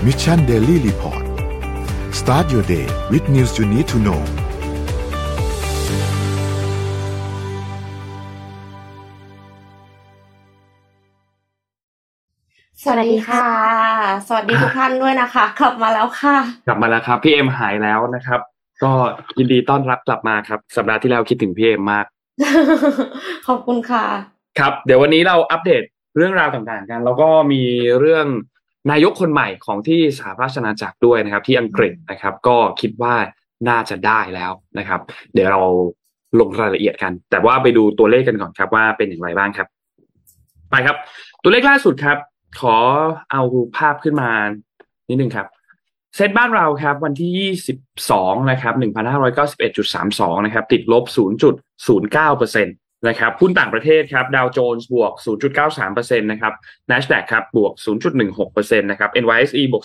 Mission Daily Report Start your day with news you need to know สวัสดีค่ะสวัสดีทุกท่านด้วยนะคะกลับมาแล้วค่ะกลับมาแล้วครับพี่เอ็มหายแล้วนะครับก็ยินดีต้อนรับกลับมาครับสัปดาห์ที่แล้วคิดถึงพี่เอ็มมากขอบคุณค่ะครับเดี๋ยววันนี้เราอัปเดตเรื่องราวต่างๆกันแล้วก็มีเรื่องนายกคนใหม่ของที่สหราชอาณาจักรด้วยนะครับที่อังกฤษนะครับก็คิดว่าน่าจะได้แล้วนะครับเดี๋ยวเราลงรายละเอียดกันแต่ว่าไปดูตัวเลขกันก่อนครับว่าเป็นอย่างไรบ้างครับไปครับตัวเลขล่าสุดครับขอเอาภาพขึ้นมานิดนึงครับเซ็ตบ้านเราครับวันที่22นะครับ 1,591.32 นะครับติดลบ 0.09% นะครับหุ้นต่างประเทศครับดาวโจนส์บวก 0.93% นะครับ NASDAQ ครับบวก 0.16% นะครับ NYSE บวก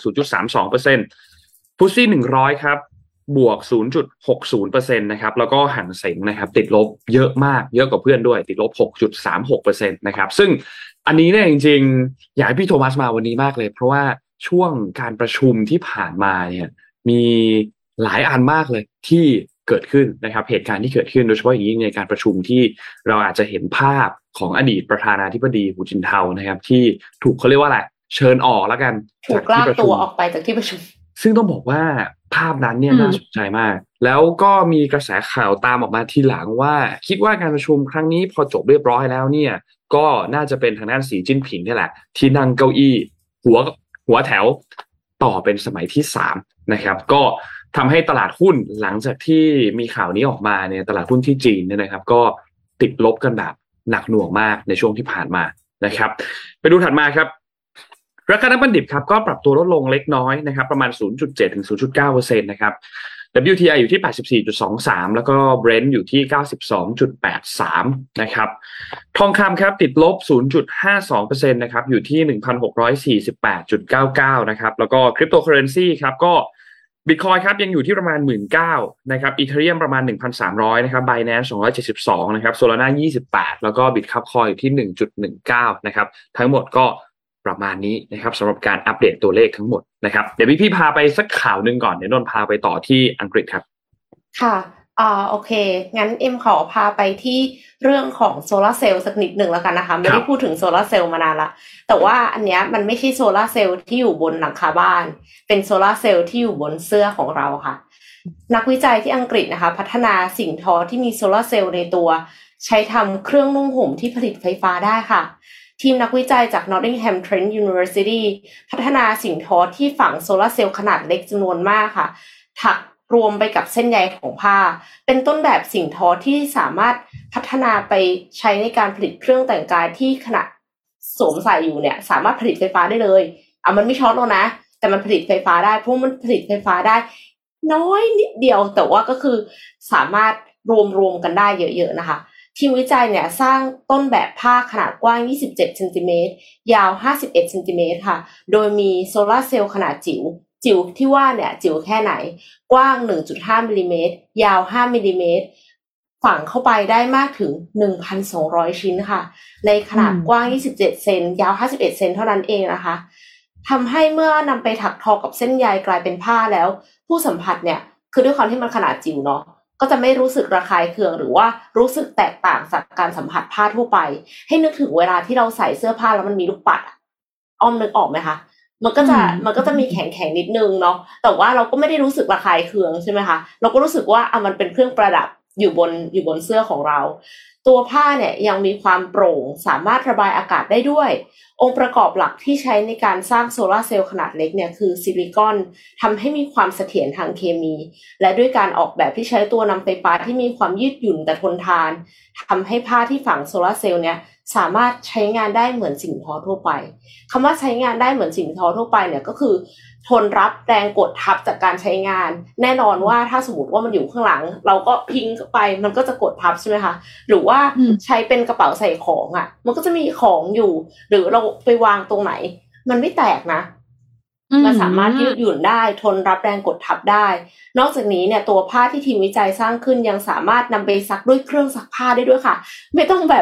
0.32% FTSE 100ครับบวก 0.60% นะครับแล้วก็หังเส็งนะครับติดลบเยอะมากเยอะกว่าเพื่อนด้วยติดลบ 6.36% นะครับซึ่งอันนี้เนี่ยจริงๆอยากให้พี่โทมัสมาวันนี้มากเลยเพราะว่าช่วงการประชุมที่ผ่านมาเนี่ยมีหลายอันมากเลยที่เกิดขึ้นนะครับเหตุการณ์ที่เกิดขึ้นโดยเฉพาะอย่างยิ่งในการประชุมที่เราอาจจะเห็นภาพของอดีตประธานาธิบดีหูจินเทานะครับที่ถูกเขาเรียกว่าอะไรเชิญออกแล้วกันถูกลากตัวออกไปจากที่ประชุมซึ่งต้องบอกว่าภาพนั้นเนี่ยน่าสนใจมากแล้วก็มีกระแสข่าวตามออกมาทีหลังว่าคิดว่าการประชุมครั้งนี้พอจบเรียบร้อยแล้วเนี่ยก็น่าจะเป็นทางด้านสีจิ้นผิงนี่แหละที่นั่งเก้าอี้หัวแถวต่อเป็นสมัยที่3นะครับก็ทำให้ตลาดหุ้นหลังจากที่มีข่าวนี้ออกมาเนี่ยตลาดหุ้นที่จีนเนี่ยนะครับก็ติดลบกันแบบหนักหน่วงมากในช่วงที่ผ่านมานะครับไปดูถัดมาครับราคาน้ำมันดิบครับก็ปรับตัวลดลงเล็กน้อยนะครับประมาณ 0.7 ถึง 0.9% นะครับ WTI อยู่ที่ 84.23 แล้วก็ Brent อยู่ที่ 92.83 นะครับทองคำครับติดลบ 0.52% นะครับอยู่ที่ 1,648.99 นะครับแล้วก็คริปโตเคอเรนซีครับก็ Bitcoin ครับยังอยู่ที่ประมาณ 19,000 นะครับ Ethereum ประมาณ 1,300 นะครับ Binance 272 นะครับ Solana 28 แล้วก็ Bitcoin อยู่ที่ 1.19 นะครับทั้งหมดก็ประมาณนี้นะครับสำหรับการอัปเดตตัวเลขทั้งหมดนะครับเดี๋ยวพี่พาไปสักข่าวนึงก่อนเดี๋ยวนนท์พาไปต่อที่อังกฤษครับค่ะโอเคงั้นเอ็มขอพาไปที่เรื่องของโซลาร์เซลล์สักนิดหนึ่งแล้วกันนะคะไม่ได้พูดถึงโซลาร์เซลล์มานานละแต่ว่าอันเนี้ยมันไม่ใช่โซลาร์เซลล์ที่อยู่บนหลังคาบ้านเป็นโซลาร์เซลล์ที่อยู่บนเสื้อของเราค่ะนักวิจัยที่อังกฤษนะคะพัฒนาสิ่งทอที่มีโซลาร์เซลล์ในตัวใช้ทำเครื่องนุ่งห่มที่ผลิตไฟฟ้าได้ค่ะทีมนักวิจัยจาก Nottingham Trent University พัฒนาสิ่งทอที่ฝังโซลาร์เซลล์ขนาดเล็กจำนวนมากค่ะถักรวมไปกับเส้นใยของผ้าเป็นต้นแบบสิ่งทอที่สามารถพัฒนาไปใช้ในการผลิตเครื่องแต่งกายที่ขณะสวมใส่อยู่เนี่ยสามารถผลิตไฟฟ้าได้เลยมันไม่ช็อตหรอกนะแต่มันผลิตไฟฟ้าได้เพราะมันผลิตไฟฟ้าได้น้อยนิดเดียวแต่ว่าก็คือสามารถรวมกันได้เยอะๆนะคะทีมวิจัยเนี่ยสร้างต้นแบบผ้าขนาดกว้าง27เซนติเมตรยาว51เซนติเมตรค่ะโดยมีโซลาร์เซลล์ขนาดจิ๋วที่ว่าเนี่ยจิ๋วแค่ไหนกว้าง 1.5 มิลลิเมตรยาว5มิลลิเมตรฝังเข้าไปได้มากถึง 1,200 ชิ้นค่ะในขนาดกว้าง27เซนยาว51เซนเท่านั้นเองนะคะทำให้เมื่อนำไปถักทอกับเส้นใยกลายเป็นผ้าแล้วผู้สัมผัสเนี่ยคือด้วยความที่มันขนาดจิ๋วเนาะก็จะไม่รู้สึกระคายเคืองหรือว่ารู้สึกแตกต่างจากการสัมผัสผ้าทั่วไปให้นึกถึงเวลาที่เราใส่เสื้อผ้าแล้วมันมีลูกปัดอ้อมนึกออกไหมคะมันก็จะมีแข็งนิดนึงเนาะแต่ว่าเราก็ไม่ได้รู้สึกระคายเคืองใช่ไหมคะเราก็รู้สึกว่ามันเป็นเครื่องประดับอยู่บนเสื้อของเราตัวผ้าเนี่ยยังมีความโปร่งสามารถระบายอากาศได้ด้วยองค์ประกอบหลักที่ใช้ในการสร้างโซลาร์เซลล์ขนาดเล็กเนี่ยคือซิลิคอนทำให้มีความเสถียรทางเคมีและด้วยการออกแบบที่ใช้ตัวนำไฟฟ้าที่มีความยืดหยุ่นแต่ทนทานทำให้ผ้าที่ฝังโซลาร์เซลล์เนี่ยสามารถใช้งานได้เหมือนสิ่งทอทั่วไปคำว่าใช้งานได้เหมือนสิ่งทอทั่วไปเนี่ยก็คือทนรับแรงกดทับจากการใช้งานแน่นอนว่าถ้าสมมติว่ามันอยู่ข้างหลังเราก็พิงเข้าไปมันก็จะกดทับใช่ไหมคะหรือว่าใช้เป็นกระเป๋าใส่ของมันก็จะมีของอยู่หรือเราไปวางตรงไหนมันไม่แตกนะมันสามารถยืดหยุ่นได้ทนรับแรงกดทับได้นอกจากนี้เนี่ยตัวผ้าที่ทีมวิจัยสร้างขึ้นยังสามารถนำไปซักด้วยเครื่องซักผ้าได้ด้วยค่ะไม่ต้องแบบ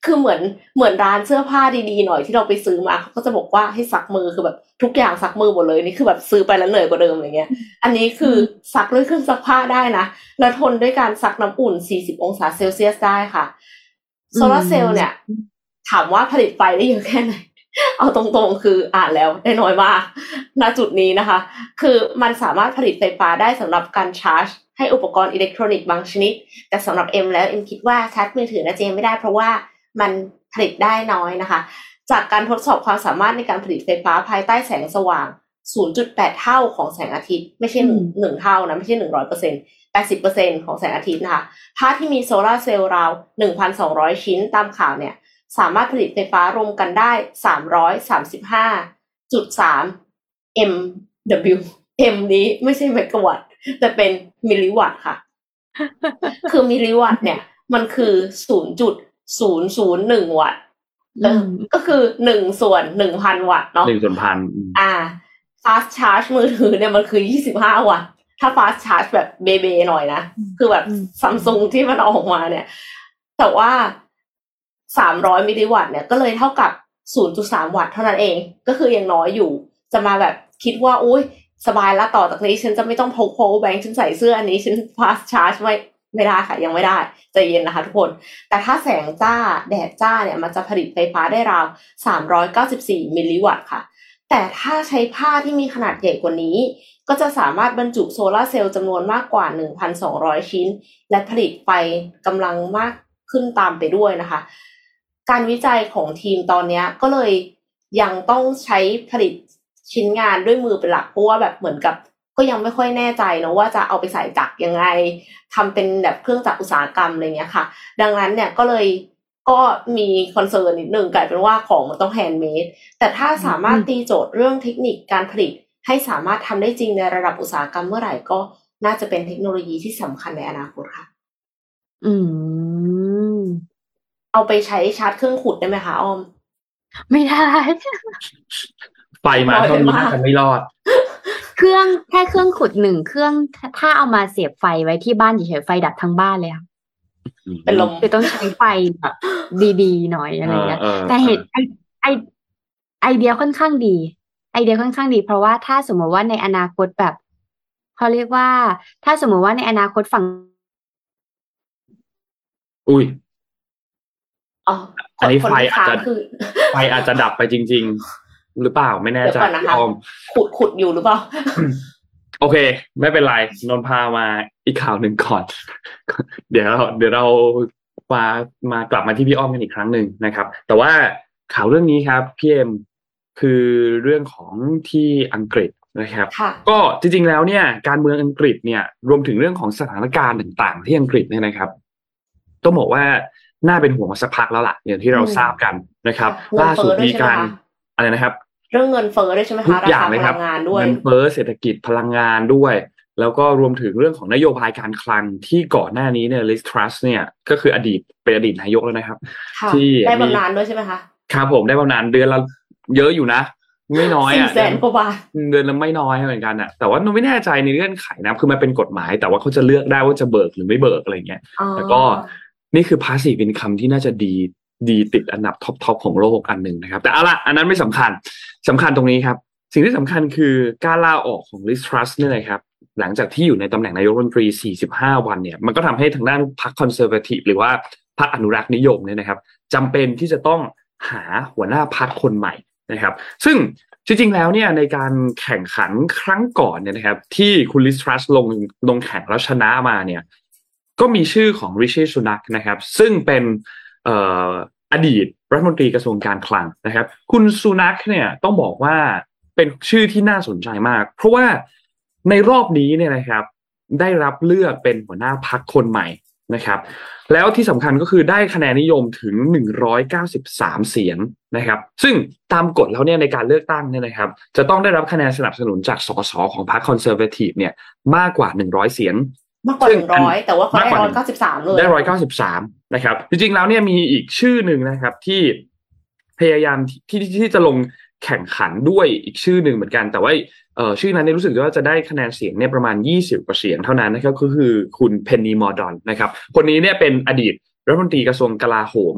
คือเหมือนร้านเสื้อผ้าดีๆหน่อยที่เราไปซื้อมาเขาก็จะบอกว่าให้ซักมือคือแบบทุกอย่างซักมือหมดเลยนี่คือแบบซื้อไปแล้วเหนื่อยกว่าเดิมอะไรเงี้ยอันนี้คือซักด้วยเครื่องซักผ้าได้นะแล้วทนด้วยการซักน้ำอุ่น40องศาเซลเซียสได้ค่ะโซลาร์เซลล์เนี่ยถามว่าผลิตไฟได้เยอะแค่ไหนเอาตรงๆคืออ่านแล้วได้น้อยมากณจุดนี้นะคะคือมันสามารถผลิตไฟฟ้าได้สำหรับการชาร์จให้อุปกรณ์อิเล็กทรอนิกส์บางชนิดแต่สำหรับเอ็มแล้วเอ็มคิดว่าชาร์จมือถือนะเจมไม่ได้เพราะว่ามันผลิตได้น้อยนะคะจากการทดสอบความสามารถในการผลิตไฟฟ้าภายใต้แสงสว่าง 0.8 เท่าของแสงอาทิตย์ไม่ใช่1เท่านะไม่ใช่ 100% 80% ของแสงอาทิตย์นะคะผ้าที่มีโซลาร์เซลล์ราว 1,200 ชิ้นตามข่าวเนี่ยสามารถผลิตไฟฟ้ารวมกันได้ 335.3 MW M นี้ไม่ใช่เมกะวัตต์แต่เป็นมิลลิวัตต์ค่ะ คือมิลลิวัตต์เนี่ยมันคือ 0.001 วัตต์ก็คือ1ส่วน 1,000 วัตต์เนาะ 1ส่วน 1,000 fast charge มือถือเนี่ยมันคือ25 วัตต์ถ้า fast charge แบบเบๆหน่อยนะคือแบบ Samsung ที่มันออกมาเนี่ยแต่ว่า300มิลลิวัตต์เนี่ยก็เลยเท่ากับ 0.3 วัตต์เท่านั้นเองก็คือยังน้อยอยู่จะมาแบบคิดว่าอุ๊ยสบายละต่อจากนี้ฉันจะไม่ต้องพก power bank ฉันใส่เสื้ออันนี้ฉัน fast charge ไม่ได้ค่ะยังไม่ได้ใจเย็นนะคะทุกคนแต่ถ้าแสงจ้าแดดจ้าเนี่ยมันจะผลิตไฟฟ้าได้ราว394มิลลิวัตต์ค่ะแต่ถ้าใช้ผ้าที่มีขนาดใหญ่กว่านี้ก็จะสามารถบรรจุโซลาร์เซลล์จำนวนมากกว่า 1,200 ชิ้นและผลิตไฟกำลังมากขึ้นตามไปด้วยนะคะการวิจัยของทีมตอนนี้ก็เลยยังต้องใช้ผลิตชิ้นงานด้วยมือเป็นหลักเพราะว่าแบบเหมือนกับก็ยังไม่ค่อยแน่ใจนะว่าจะเอาไปใส่จักรยังไงทำเป็นแบบเครื่องจักรอุตสาหกรรมอะไรเงี้ยค่ะดังนั้นเนี่ยก็มีคอนเซิร์นนิดนึงกลายเป็นว่าของมันต้องแฮนด์เมดแต่ถ้าสามารถตีโจทย์เรื่องเทคนิคการผลิตให้สามารถทำได้จริงในระดับอุตสาหกรรมเมื่อไหร่ก็น่าจะเป็นเทคโนโลยีที่สำคัญในอนาคตค่ะเอาไปใช้ชาร์จเครื่องขุดได้ไหมคะอ้อมไม่ได้ไฟมาเท่านี้น่าจะไม่รอดแค่เครื่องขุด1เครื่องถ้าเอามาเสียบไฟไว้ที่บ้านเฉยๆไฟดับทั้งบ้านเลยค่ะเป็นลมคือต้องใช้ไฟแบบดีๆหน่อยอะไรเงี้ยแต่เหตุไอเดียค่อนข้างดีเพราะว่าถ้าสมมติว่าในอนาคตแบบเขาเรียกว่าถ้าสมมติว่าในอนาคตฝั่งอุ้ยอันนี้ไฟอาจจะดับไปจริงๆหรือเปล่าไม่แน่ใจขุดอยู่หรือเปล่าโอเคไม่เป็นไรนนพามาอีกข่าวหนึ่งก่อนเดี๋ยวเรามากลับมาที่พี่อ้อมกันอีกครั้งหนึ่งนะครับแต่ว่าข่าวเรื่องนี้ครับพี่เอ็มคือเรื่องของที่อังกฤษนะครับก็จริงๆแล้วเนี่ยการเมืองอังกฤษเนี่ยรวมถึงเรื่องของสถานการณ์ต่างๆที่อังกฤษเนี่ยนะครับต้องบอกว่าน่าเป็นห่วงมาสักพักแล้วล่ะอย่างที่เราทราบกันนะครับล่าสุดมีการอะไรนะครับเรื่องเงินเฟ้อด้วยใช่ไหมคะราคาพลังงานด้วยเงินเฟ้อเศรษฐกิจพลังงานด้วยแล้วก็รวมถึงเรื่องของนโยบายการคลังที่ก่อนหน้านี้เนี่ยลิสทรัสเนี่ยก็คือเป็นอดีตนายกแล้วนะครับที่ได้บำนาญด้วยใช่ไหมคะครับผมได้บำนาญเดือนละเยอะอยู่นะไม่น้อยอ่ะ 400,000 กว่าบาทเดือนละไม่น้อยเหมือนกันอ่ะแต่ว่าเราไม่แน่ใจในเงื่อนไขนะคือมันเป็นกฎหมายแต่ว่าเขาจะเลือกได้ว่าจะเบิกหรือไม่เบิกอะไรเงี้ยแต่ก็นี่คือ passive income ที่น่าจะดีติดอันดับท็อปของโลกอันหนึ่งนะครับแต่อันนั้นไม่สำคัญตรงนี้ครับสิ่งที่สำคัญคือการลาออกของลิสทรัสเนี่ยนะครับหลังจากที่อยู่ในตำแหน่งนายกรัฐมนตรี45วันเนี่ยมันก็ทำให้ทางด้านพรรคคอนเซอร์เวทีฟหรือว่าพรรคอนุรักษ์นิยมเนี่ยนะครับจำเป็นที่จะต้องหาหัวหน้าพรรคคนใหม่นะครับซึ่งจริงๆแล้วเนี่ยในการแข่งขันครั้งก่อนเนี่ยนะครับที่คุณลิสทรัสลงแข่งแล้วชนะมาเนี่ยก็มีชื่อของริชีสุนักนะครับซึ่งเป็นอดีตรัฐมนตรีกระทรวงการคลังนะครับคุณสุนักเนี่ยต้องบอกว่าเป็นชื่อที่น่าสนใจมากเพราะว่าในรอบนี้เนี่ยนะครับได้รับเลือกเป็นหัวหน้าพรรคคนใหม่นะครับแล้วที่สำคัญก็คือได้คะแนนนิยมถึง193เสียงนะครับซึ่งตามกฎแล้วเนี่ยในการเลือกตั้งเนี่ยนะครับจะต้องได้รับคะแนนสนับสนุนจากสสของพรรคคอนเซอร์เวทีฟเนี่ยมากกว่า100เสียงมากกว่า100แต่ว่าเขาได้193เลยได้193นะครับจริงๆแล้วเนี่ยมีอีกชื่อหนึ่งนะครับที่พยายามที่จะลงแข่งขันด้วยอีกชื่อหนึ่งเหมือนกันแต่ว่าชื่อนั้นเนี่ยรู้สึกว่าจะได้คะแนนเสียงเนี่ยประมาณ20กว่าเสียงเท่านั้นนะครับก็คือคุณเพนนีมอร์ดอนนะครับคนนี้เนี่ยเป็นอดีตรัฐมนตรีกระทรวงกลาโหม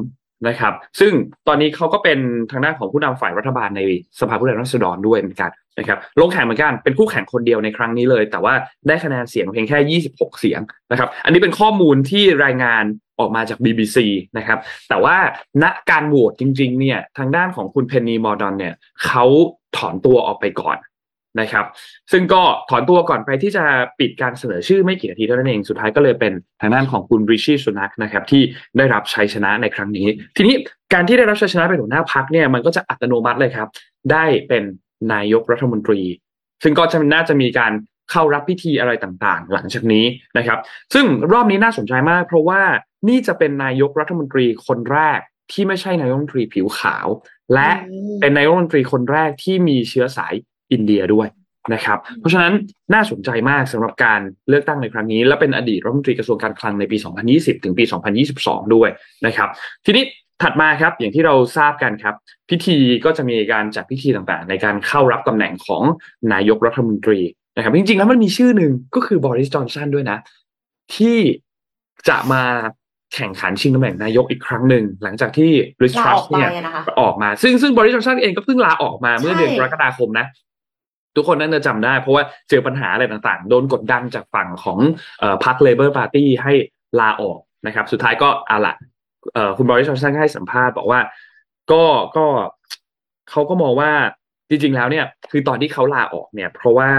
นะครับซึ่งตอนนี้เขาก็เป็นทางด้านของผู้นำฝ่ายรัฐบาลในสภาผู้แทนราษฎรด้วยเหมือนกันนะครับลงแข่งเหมือนกันเป็นคู่แข่งคนเดียวในครั้งนี้เลยแต่ว่าได้คะแนนเสียงเพียงแค่26เสียงนะครับอันนี้เป็นข้อมูลที่รายงานออกมาจาก BBC นะครับแต่ว่าณการโหวตจริงๆเนี่ยทางด้านของคุณเพนนีมอร์ดอนเนี่ยเขาถอนตัวออกไปก่อนนะครับซึ่งก็ถอนตัวก่อนไปที่จะปิดการเสนอชื่อไม่กี่นาทีเท่านั้นเองสุดท้ายก็เลยเป็นทางด้านของคุณริชีสุนักนะครับที่ได้รับชัยชนะในครั้งนี้ทีนี้การที่ได้รับชัยชนะเป็นหัวหน้าพรรคเนี่ยมันก็จะอัตโนมัติเลยครับได้เป็นนายกรัฐมนตรีซึ่งก็น่าจะมีการเข้ารับพิธีอะไรต่างๆหลังจากนี้นะครับซึ่งรอบนี้น่าสนใจมากเพราะว่านี่จะเป็นนายกรัฐมนตรีคนแรกที่ไม่ใช่นายกรัฐมนตรีผิวขาวและเป็นนายกรัฐมนตรีคนแรกที่มีเชื้อสายอินเดียด้วยนะครับเพราะฉะนั้นน่าสนใจมากสำหรับการเลือกตั้งในครั้งนี้และเป็นอดีตรัฐมนตรีกระทรวงการคลังในปี2020ถึงปี2022ด้วยนะครับทีนี้ถัดมาครับอย่างที่เราทราบกันครับพิธีก็จะมีการจัดพิธีต่างๆในการเข้ารับตำแหน่งของนายกรัฐมนตรีนะครับจริงๆแล้วมันมีชื่อหนึ่งก็คือบอริส จอนสันด้วยนะที่จะมาแข่งขันชิงตำแหน่งนายกอีกครั้งหนึ่งหลังจากที่ริช ทรัสเนี่ยออกมาซึ่งบอริส จอนสันเองก็เพิ่งลาออกมาเมื่อเดือนกรกฎาคมนะทุกคนน่าจะจำได้เพราะว่าเจอปัญหาอะไรต่างๆโดนกดดันจากฝั่งของพรรคเลเบอร์พาร์ตี้ให้ลาออกนะครับสุดท้ายก็เอาล่ะคุณบริส จอนสันให้สัมภาษณ์บอกว่าก็เขาก็มองว่าจริงๆแล้วเนี่ยคือตอนที่เขาลาออกเนี่ยเพราะว่า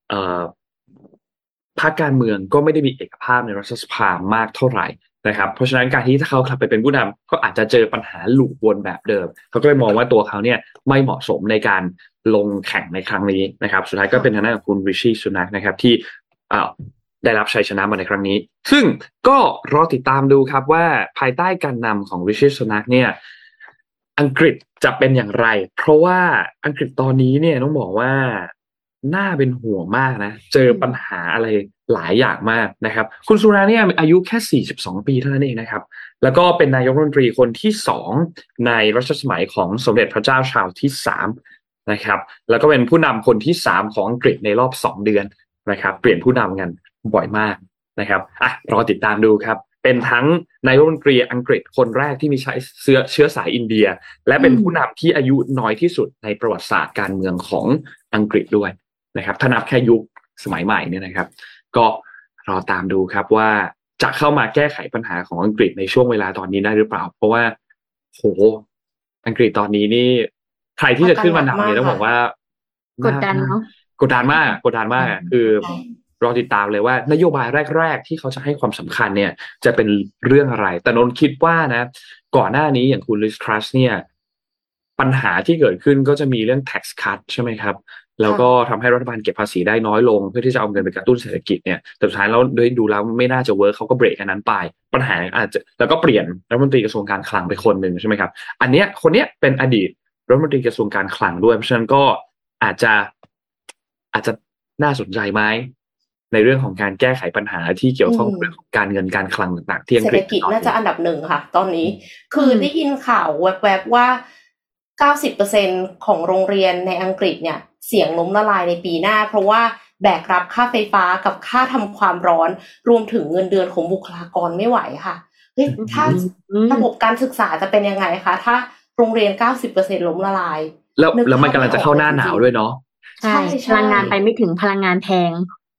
พรรคการเมืองก็ไม่ได้มีเอกภาพในรัฐสภามากเท่าไหร่นะครับเพราะฉะนั้นการที่ถ้าเขากลับไปเป็นผู้นำก็อาจจะเจอปัญหาลูปวนแบบเดิมเขาก็เลยมองว่าตัวเขาเนี่ยไม่เหมาะสมในการลงแข่งในครั้งนี้นะครับสุดท้ายก็เป็นทางด้านของคุณริชีสุนักนะครับที่ได้รับชัยชนะมาในครั้งนี้ซึ่งก็รอติดตามดูครับว่าภายใต้การนำของริชีสุนักเนี่ยอังกฤษจะเป็นอย่างไรเพราะว่าอังกฤษตอนนี้เนี่ยต้องบอกว่าน่าเป็นห่วงมากนะเจอปัญหาอะไรหลายอย่างมากนะครับคุณสุราเนี่ยอายุแค่42ปีเท่านั้นเองนะครับแล้วก็เป็นนายกรัฐมนตรีคนที่2ในรัชสมัยของสมเด็จพระเจ้าชาร์ลส์ที่3นะครับแล้วก็เป็นผู้นำคนที่3ของอังกฤษในรอบ2เดือนนะครับเปลี่ยนผู้นำกันบ่อยมากนะครับรอติดตามดูครับเป็นทั้งนายกรัฐมนตรีอังกฤษคนแรกที่มีเชื้อสายอินเดียและเป็นผู้นำที่อายุน้อยที่สุดในประวัติศาสตร์การเมืองของอังกฤษด้วยนะครับถ้านับแค่ยุคสมัยใหม่เนี่ยนะครับก็รอตามดูครับว่าจะเข้ามาแก้ไขปัญหาของอังกฤษในช่วงเวลาตอนนี้ได้หรือเปล่าเพราะว่าโหอังกฤษตอนนี้นี่ใครที่จะขึ้นมานำเนี่ยต้องบอกว่ากดดันเนาะกดดันมากคือรอติดตามเลยว่านโยบายแรกๆที่เขาจะให้ความสำคัญเนี่ยจะเป็นเรื่องอะไรแต่นนท์คิดว่านะก่อนหน้านี้อย่างคุณลิส ทรัสเนี่ยปัญหาที่เกิดขึ้นก็จะมีเรื่อง tax cut ใช่ไหมครับแล้วก็ทำให้รัฐบาลเก็บภาษีได้น้อยลงเพื่อที่จะเอาเงินไปกระตุ้นเศรษฐกิจเนี่ยแต่สุดท้ายแล้วด้วยดูแล้วไม่น่าจะเวิร์คเขาก็เบรกอันนั้นไปปัญหาอาจจะแล้วก็เปลี่ยนรัฐมนตรีกระทรวงการคลังไปคนหนึ่งใช่ไหมครับอันเนี้ยคนเนี้ยเป็นอดีตรัฐมนตรีกระทรวงการคลังด้วยเพราะฉะนั้นก็อาจจะน่าสนใจไหมในเรื่องของการแก้ไขปัญหาที่เกี่ยวข้องกับเรื่องของการเงินการคลังต่างๆที่อังกฤษเศรษฐกิจน่าจะอันดับ1ค่ะตอนนี้คือได้ยินข่าวแวบๆว่า90% ของโรงเรียนในอังกฤษเนี่ยเสี่ยงล้มละลายในปีหน้าเพราะว่าแบกรับค่าไฟฟ้ากับค่าทำความร้อนรวมถึงเงินเดือนของบุคลากรไม่ไหวค่ะเฮ้ยถ้าระบบการศึกษาจะเป็นยังไงคะถ้าโรงเรียน 90% ล้มละลายแล้วมันกำลังจะเข้าหน้าหนาวด้วยเนาะใช่พลังงานไปไม่ถึงพลังงานแพง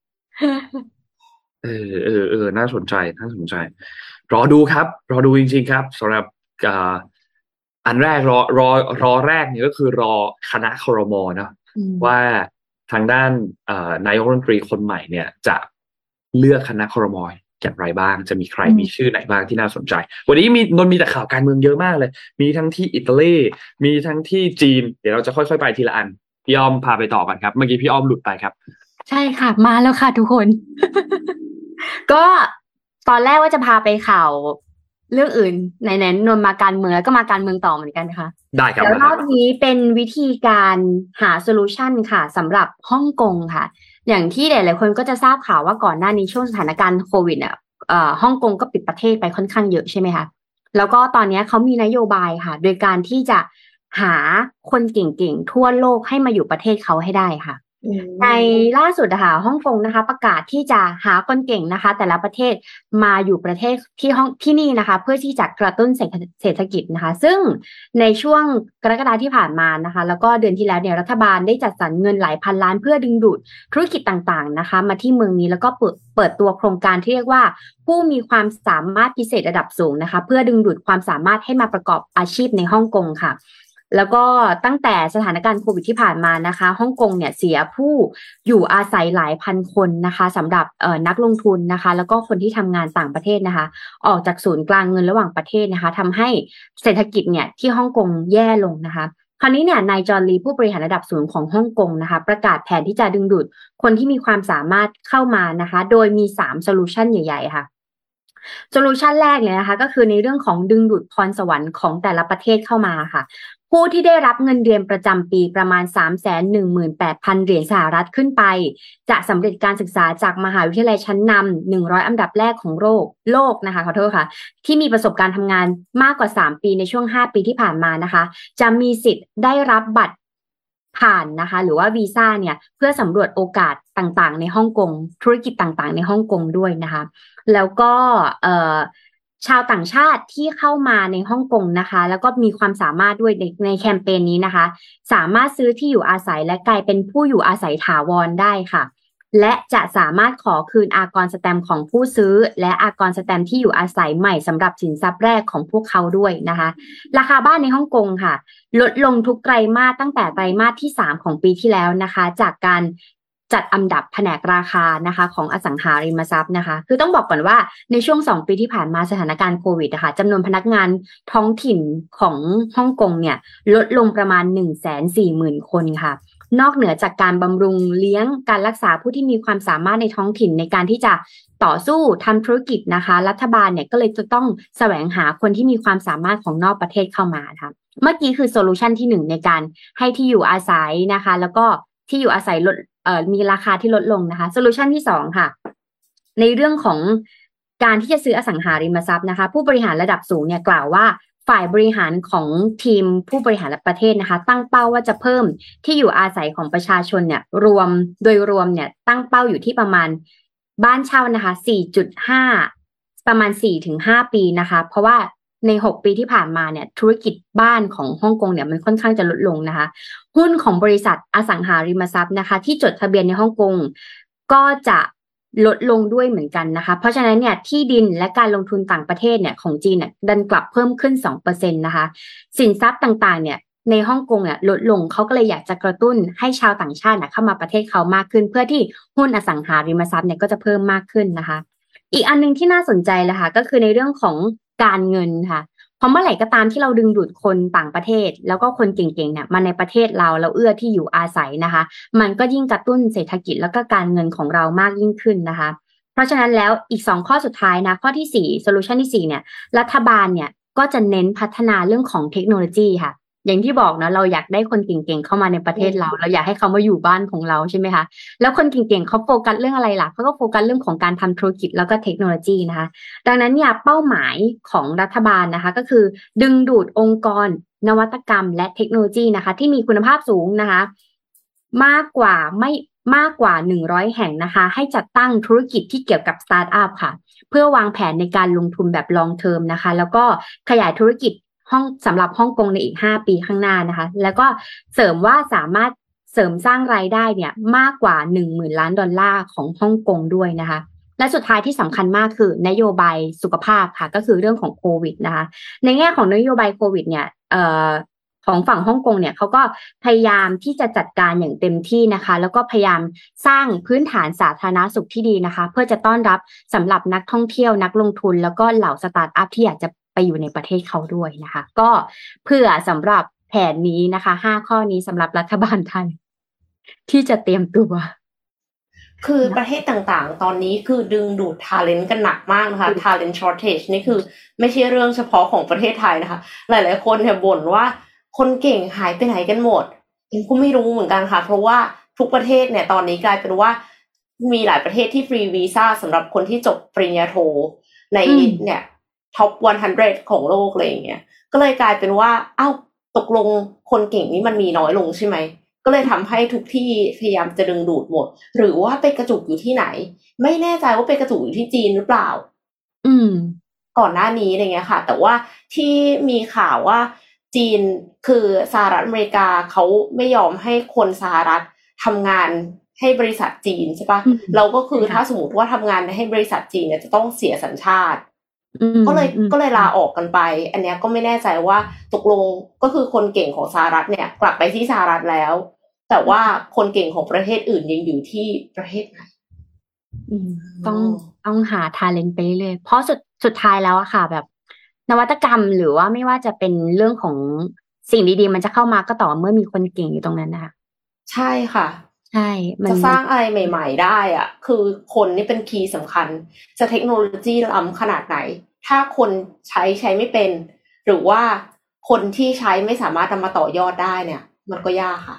น่าสนใจรอดูครับรอดูจริงๆครับสำหรับอันแรกรอแรกเนี่ยก็คือรอคณะครม.เนาะว่าทางด้านนายกรัฐมนตรีคนใหม่เนี่ยจะเลือกคณะครม.อย่างไรบ้างจะมีใครมีชื่อไหนบ้างที่น่าสนใจวันนี้มีแต่ข่าวการเมืองเยอะมากเลยมีทั้งที่อิตาลีมีทั้งที่จีนเดี๋ยวเราจะค่อยๆไปทีละอันพี่อ้อมพาไปต่อกันครับเมื่อกี้พี่อ้อมหลุดไปครับใช่ค่ะมาแล้วค่ะทุกคน ก็ตอนแรกว่าจะพาไปข่าวเรื่องอื่นไหนๆนนมาการเมืองแล้วก็มาการเมืองต่อเหมือนกันค่ะได้ครับแล้วรอบนี้เป็นวิธีการหาโซลูชันค่ะสำหรับฮ่องกงค่ะอย่างที่หลายๆคนก็จะทราบข่าวว่าก่อนหน้านี้ช่วงสถานการณ์โควิดฮ่องกงก็ปิดประเทศไปค่อนข้างเยอะใช่ไหมคะแล้วก็ตอนนี้เขามีนโยบายค่ะโดยการที่จะหาคนเก่งๆทั่วโลกให้มาอยู่ประเทศเขาให้ได้ค่ะในล่าสุดนะคะฮ่องกงนะคะประกาศที่จะหาคนเก่งนะคะแต่ละประเทศมาอยู่ประเทศที่นี่นะคะเพื่อที่จะกระตุ้นเศรษฐกิจนะคะซึ่งในช่วงกรกฎาคมที่ผ่านมานะคะแล้วก็เดือนที่แล้วเนี่ยรัฐบาลได้จัดสรรเงินหลายพันล้านเพื่อดึงดูดธุรกิจต่างๆนะคะมาที่เมืองนี้แล้วก็เปิดตัวโครงการที่เรียกว่าผู้มีความสามารถพิเศษระดับสูงนะคะเพื่อดึงดูดความสามารถให้มาประกอบอาชีพในฮ่องกงค่ะแล้วก็ตั้งแต่สถานการณ์โควิดที่ผ่านมานะคะฮ่องกงเนี่ยเสียผู้อยู่อาศัยหลายพันคนนะคะสำหรับนักลงทุนนะคะแล้วก็คนที่ทำงานต่างประเทศนะคะออกจากศูนย์กลางเงินระหว่างประเทศนะคะทำให้เศรษฐกิจเนี่ยที่ฮ่องกงแย่ลงนะคะคราวนี้เนี่ยนายจอห์นลีผู้บริหารระดับสูงของฮ่องกงนะคะประกาศแผนที่จะดึงดูดคนที่มีความสามารถเข้ามานะคะโดยมี3โซลูชันใหญ่ๆค่ะโซลูชันแรกเลยนะคะก็คือในเรื่องของดึงดูดพรสวรรค์ของแต่ละประเทศเข้ามาค่ะผู้ที่ได้รับเงินเดือนประจำปีประมาณ 318,000 เหรียญสหรัฐขึ้นไปจะสำเร็จการศึกษาจากมหาวิทยาลัยชั้นนำ100อันดับแรกของโลกนะคะขอโทษค่ะที่มีประสบการณ์ทำงานมากกว่า3ปีในช่วง5ปีที่ผ่านมานะคะจะมีสิทธิ์ได้รับบัตรผ่านนะคะหรือว่าวีซ่าเนี่ยเพื่อสำรวจโอกาสต่างๆในฮ่องกงธุรกิจต่างๆในฮ่องกงด้วยนะคะแล้วก็ชาวต่างชาติที่เข้ามาในฮ่องกงนะคะแล้วก็มีความสามารถด้วยในแคมเปญนี้นะคะสามารถซื้อที่อยู่อาศัยและกลายเป็นผู้อยู่อาศัยถาวรได้ค่ะและจะสามารถขอคืนอากรสแตมป์ของผู้ซื้อและอากรสแตมป์ที่อยู่อาศัยใหม่สำหรับสินทรัพย์แรกของพวกเขาด้วยนะคะราคาบ้านในฮ่องกงค่ะลดลงทุกไตรมาสตั้งแต่ไตรมาสที่3ของปีที่แล้วนะคะจากการจัดอันดับแผนกราคานะคะของอสังหาริมทรัพย์นะคะคือต้องบอกก่อนว่าในช่วง2ปีที่ผ่านมาสถานการณ์โควิดนะคะจำนวนพนักงานท้องถิ่นของฮ่องกงเนี่ยลดลงประมาณ 140,000 คนค่ะนอกเหนือจากการบำรุงเลี้ยงการรักษาผู้ที่มีความสามารถในท้องถิ่นในการที่จะต่อสู้ทำธุรกิจนะคะรัฐบาลเนี่ยก็เลยจะต้องแสวงหาคนที่มีความสามารถของนอกประเทศเข้ามาค่ะเมื่อกี้คือโซลูชันที่1ในการให้ที่อยู่อาศัยนะคะแล้วก็ที่อยู่อาศัยลดมีราคาที่ลดลงนะคะโซลูชันที่2ค่ะในเรื่องของการที่จะซื้ออสังหาริมทรัพย์นะคะผู้บริหารระดับสูงเนี่ยกล่าวว่าฝ่ายบริหารของทีมผู้บริหารประเทศนะคะตั้งเป้าว่าจะเพิ่มที่อยู่อาศัยของประชาชนเนี่ยโดยรวมเนี่ยตั้งเป้าอยู่ที่ประมาณบ้านเช่านะคะ 4.5 ประมาณ 4-5 ปีนะคะเพราะว่าใน6ปีที่ผ่านมาเนี่ยธุรกิจบ้านของฮ่องกงเนี่ยมันค่อนข้างจะลดลงนะคะหุ้นของบริษัทอสังหาริมทรัพย์นะคะที่จดทะเบียนในฮ่องกงก็จะลดลงด้วยเหมือนกันนะคะเพราะฉะนั้นเนี่ยที่ดินและการลงทุนต่างประเทศเนี่ยของจีนเนี่ยดันกลับเพิ่มขึ้น 2% นะคะสินทรัพย์ต่างๆเนี่ยในฮ่องกงเนี่ยลดลงเขาก็เลยอยากจะกระตุ้นให้ชาวต่างชาติเข้ามาประเทศเขามากขึ้นเพื่อที่หุ้นอสังหาริมทรัพย์เนี่ยก็จะเพิ่มมากขึ้นนะคะอีกอันนึงที่น่าสนใจเลยค่ะก็คือในเรื่องของการเงินค่ะเพราะเมื่อไหร่ก็ตามที่เราดึงดูดคนต่างประเทศแล้วก็คนเก่งๆเนี่ยมาในประเทศเราเอื้อที่อยู่อาศัยนะคะมันก็ยิ่งกระตุ้นเศรษฐกิจแล้วก็การเงินของเรามากยิ่งขึ้นนะคะเพราะฉะนั้นแล้วอีก2ข้อสุดท้ายนะข้อที่4โซลูชันที่4เนี่ยรัฐบาลเนี่ยก็จะเน้นพัฒนาเรื่องของเทคโนโลยีค่ะอย่างที่บอกนะเราอยากได้คนเก่งๆเข้ามาในประเทศเราอยากให้เขามาอยู่บ้านของเราใช่ไหมคะแล้วคนเก่งๆเขาโฟกัสเรื่องอะไรล่ะเขาก็โฟกัสเรื่องของการทำธุรกิจแล้วก็เทคโนโลยีนะคะดังนั้นเนี่ยเป้าหมายของรัฐบาลนะคะก็คือดึงดูดองค์กรนวัตกรรมและเทคโนโลยีนะคะที่มีคุณภาพสูงนะคะมากกว่า100แห่งนะคะให้จัดตั้งธุรกิจที่เกี่ยวกับสตาร์ทอัพค่ะเพื่อวางแผนในการลงทุนแบบลองเทอมนะคะแล้วก็ขยายธุรกิจสำหรับฮ่องกงในอีก5ปีข้างหน้านะคะแล้วก็เสริมว่าสามารถเสริมสร้างรายได้เนี่ยมากกว่า 10,000 ล้านดอลลาร์ของฮ่องกงด้วยนะคะและสุดท้ายที่สำคัญมากคือนโยบายสุขภาพค่ะก็คือเรื่องของโควิดนะคะในแง่ของนโยบายโควิดเนี่ยของฝั่งฮ่องกงเนี่ยเขาก็พยายามที่จะจัดการอย่างเต็มที่นะคะแล้วก็พยายามสร้างพื้นฐานสาธารณสุขที่ดีนะคะเพื่อจะต้อนรับสำหรับนักท่องเที่ยวนักลงทุนแล้วก็เหล่าสตาร์ทอัพที่อยากจะไปอยู่ในประเทศเขาด้วยนะคะก็เพื่อสำหรับแผนนี้นะคะ5ข้อนี้สำหรับรัฐบาลไทยที่จะเตรียมตัวคือประเทศต่างๆตอนนี้คือดึงดูด talent กันหนักมากนะคะ talent shortage นี่คือไม่ใช่เรื่องเฉพาะของประเทศไทยนะคะหลายๆคนเนี่ยบ่นว่าคนเก่งหายไปไหนกันหมดผมก็ไม่รู้เหมือนกันค่ะเพราะว่าทุกประเทศเนี่ยตอนนี้กลายเป็นว่ามีหลายประเทศที่ฟรีวีซ่าสำหรับคนที่จบปริญญาโทในเนี่ยท็อป100ของโลกอะไรอย่างเงี้ยก็เลยกลายเป็นว่าตกลงคนเก่งนี่มันมีน้อยลงใช่ไหมก็เลยทำให้ทุกที่พยายามจะดึงดูดหมดหรือว่าไปกระจุกอยู่ที่ไหนไม่แน่ใจว่าไปกระจุกอยู่ที่จีนหรือเปล่าก่อนหน้านี้อะไรเงี้ยค่ะแต่ว่าที่มีข่าวว่าจีนคือสหรัฐอเมริกาเขาไม่ยอมให้คนสหรัฐทำงานให้บริษัทจีนใช่ปะเราก็คือถ้าสมมติว่าทำงานให้บริษัทจีนเนี่ยจะต้องเสียสัญชาติก็เลยลาออกกันไปอันเนี้ยก็ไม่แน่ใจว่าตกลงก็คือคนเก่งของสหรัฐเนี่ยกลับไปที่สหรัฐแล้วแต่ว่าคนเก่งของประเทศอื่นยังอยู่ที่ประเทศไหนต้องหา talent ไปเรื่อยๆเพราะสุดท้ายแล้วอะค่ะแบบนวัตกรรมหรือว่าไม่ว่าจะเป็นเรื่องของสิ่งดีๆมันจะเข้ามาก็ต่อเมื่อมีคนเก่งอยู่ตรงนั้นนะคะใช่ค่ะใช่จะสร้างอะไรใหม่ๆได้อ่ะคือคนนี่เป็นคีย์สำคัญจะเทคโนโลยีล้ำขนาดไหนถ้าคนใช้ไม่เป็นหรือว่าคนที่ใช้ไม่สามารถนำมาต่อยอดได้เนี่ยมันก็ยากค่ะ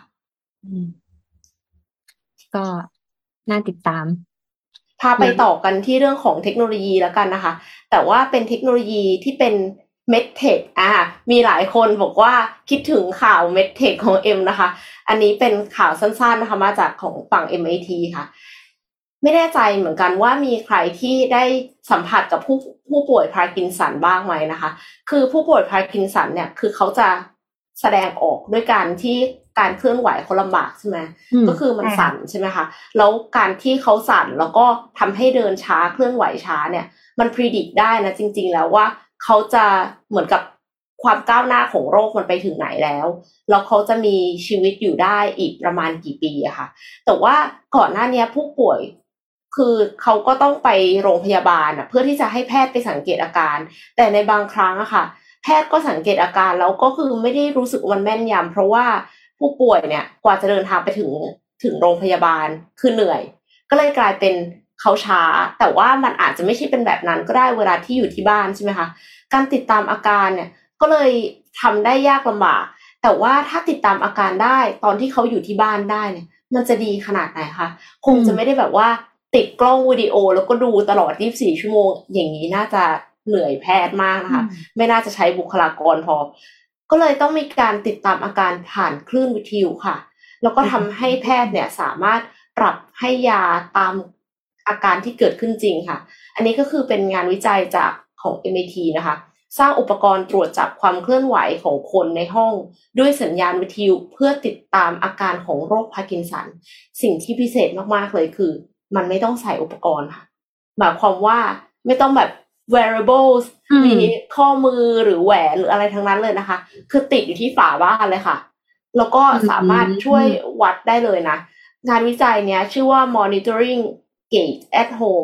ก็น่าติดตามพาไปต่อกันที่เรื่องของเทคโนโลยีแล้วกันนะคะแต่ว่าเป็นเทคโนโลยีที่เป็นเมดเทคมีหลายคนบอกว่าคิดถึงข่าวเมดเทคของเอ็มนะคะอันนี้เป็นข่าวสั้นๆนะคะมาจากของฝั่ง MIT ค่ะไม่แน่ใจเหมือนกันว่ามีใครที่ได้สัมผัสกับผู้ป่วยพาร์กินสันบ้างไหมนะคะคือผู้ป่วยพาร์กินสันเนี่ยคือเขาจะแสดงออกด้วยการที่การเคลื่อนไหวเขาลำบากใช่ไหมก็คือมันสั่นใช่ไหมคะแล้วการที่เขาสั่นแล้วก็ทำให้เดินช้าเคลื่อนไหวช้าเนี่ยมันพิจิตรได้นะจริงๆแล้วว่าเขาจะเหมือนกับความก้าวหน้าของโรคมันไปถึงไหนแล้วเขาจะมีชีวิตอยู่ได้อีกประมาณกี่ปีอะค่ะแต่ว่าก่อนหน้านี้ผู้ป่วยคือเขาก็ต้องไปโรงพยาบาลเพื่อที่จะให้แพทย์ไปสังเกตอาการแต่ในบางครั้งอะค่ะแพทย์ก็สังเกตอาการแล้วก็คือไม่ได้รู้สึกมันแม่นยำเพราะว่าผู้ป่วยเนี่ยกว่าจะเดินทางไปถึงโรงพยาบาลคือเหนื่อยก็เลยกลายเป็นเขาช้าแต่ว่ามันอาจจะไม่ใช่เป็นแบบนั้นก็ได้เวลาที่อยู่ที่บ้านใช่ไหมคะการติดตามอาการเนี่ยก็เลยทำได้ยากลำบากแต่ว่าถ้าติดตามอาการได้ตอนที่เขาอยู่ที่บ้านได้เนี่ยมันจะดีขนาดไหนคะคงจะไม่ได้แบบว่าติดกล้องวิดีโอแล้วก็ดูตลอด24ชั่วโมงอย่างนี้น่าจะเหนื่อยแพทย์มากนะคะไม่น่าจะใช้บุคลากรพอก็เลยต้องมีการติดตามอาการผ่านคลื่นวิทยุค่ะแล้วก็ทำให้แพทย์เนี่ยสามารถปรับให้ยาตามอาการที่เกิดขึ้นจริงค่ะอันนี้ก็คือเป็นงานวิจัยจากของ MIT นะคะสร้างอุปกรณ์ตรวจจับความเคลื่อนไหวของคนในห้องด้วยสัญญาณวิทยุเพื่อติดตามอาการของโรคพาร์กินสันสิ่งที่พิเศษมากๆเลยคือมันไม่ต้องใส่อุปกรณ์ค่ะหมายความว่าไม่ต้องแบบ wearables มีข้อมือหรือแหวนหรืออะไรทั้งนั้นเลยนะคะคือติดอยู่ที่ฝาบ้านเลยค่ะแล้วก็สามารถช่วยวัดได้เลยนะงานวิจัยเนี้ยชื่อว่า monitoring gait at home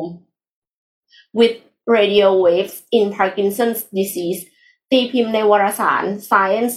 with radio waves in Parkinson's disease ตีพิมพ์ในวารสาร Science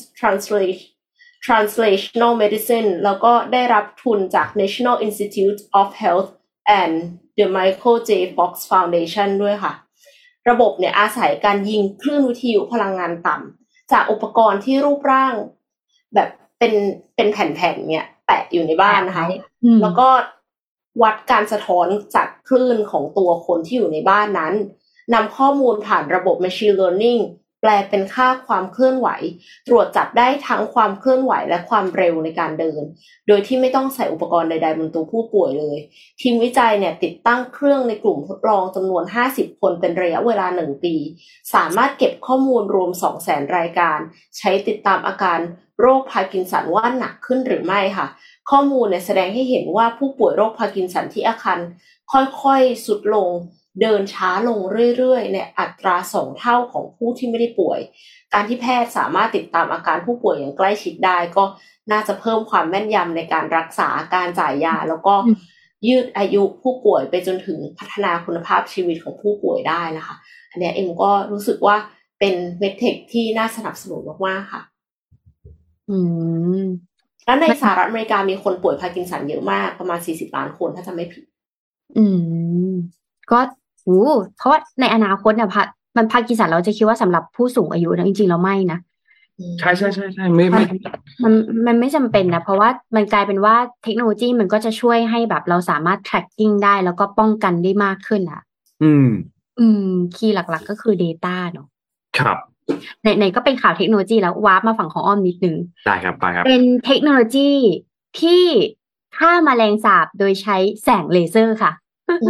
Translational Medicine แล้วก็ได้รับทุนจาก National Institute of Health and the Michael J. Fox Foundation ด้วยค่ะระบบเนี่ยอาศัยการยิงคลื่นวิทยุพลังงานต่ำจากอุปกรณ์ที่รูปร่างแบบเป็นแผ่นๆเนี่ยแปะอยู่ในบ้านนะคะแล้วก็วัดการสะท้อนจากคลื่นของตัวคนที่อยู่ในบ้านนั้นนำข้อมูลผ่านระบบ Machine Learning แปลเป็นค่าความเคลื่อนไหวตรวจจับได้ทั้งความเคลื่อนไหวและความเร็วในการเดินโดยที่ไม่ต้องใส่อุปกรณ์ใดๆบนตัวผู้ป่วยเลยทีมวิจัยเนี่ยติดตั้งเครื่องในกลุ่มทดลองจำนวน50คนเป็นระยะเวลา1ปีสามารถเก็บข้อมูลรวม 200,000 รายการใช้ติดตามอาการโรคพาร์กินสันว่าหนักขึ้นหรือไม่ค่ะข้อมูลเนี่ยแสดงให้เห็นว่าผู้ป่วยโรคพาร์กินสันที่อาการค่อยๆสุดลงเดินช้าลงเรื่อยๆในอัตรา2เท่าของผู้ที่ไม่ได้ป่วยการที่แพทย์สามารถติดตามอาการผู้ป่วยอย่างใกล้ชิดได้ก็น่าจะเพิ่มความแม่นยำในการรักษาการจ่ายยาแล้วก็ยืดอายุผู้ป่วยไปจนถึงพัฒนาคุณภาพชีวิตของผู้ป่วยได้นะคะอันนี้เอ็มก็รู้สึกว่าเป็นเมดเทคที่น่าสนับสนุนมากๆค่ะแล้วในสหรัฐอเมริกามีคนป่วยพาร์กินสันเยอะมากประมาณ40 ล้านคนถ้าจำไม่ผิดก็เพราะว่าในอนาคตเนี่ยมันพาร์กินสันเราจะคิดว่าสำหรับผู้สูงอายุนะจริงๆเราไม่นะใช่ไม่มันไม่จำเป็นนะเพราะว่ามันกลายเป็นว่าเทคโนโลยีมันก็จะช่วยให้แบบเราสามารถ tracking ได้แล้วก็ป้องกันได้มากขึ้นคีย์หลักๆก็คือ data เนาะครับไหนก็เป็นข่าวเทคโนโลยีแล้ววาร์ปมาฝั่งของอ้อมนิดนึงได้ครับไปครับเป็นเทคโนโลยีที่ฆ่าแมลงสาบโดยใช้แสงเลเซอร์ค่ะ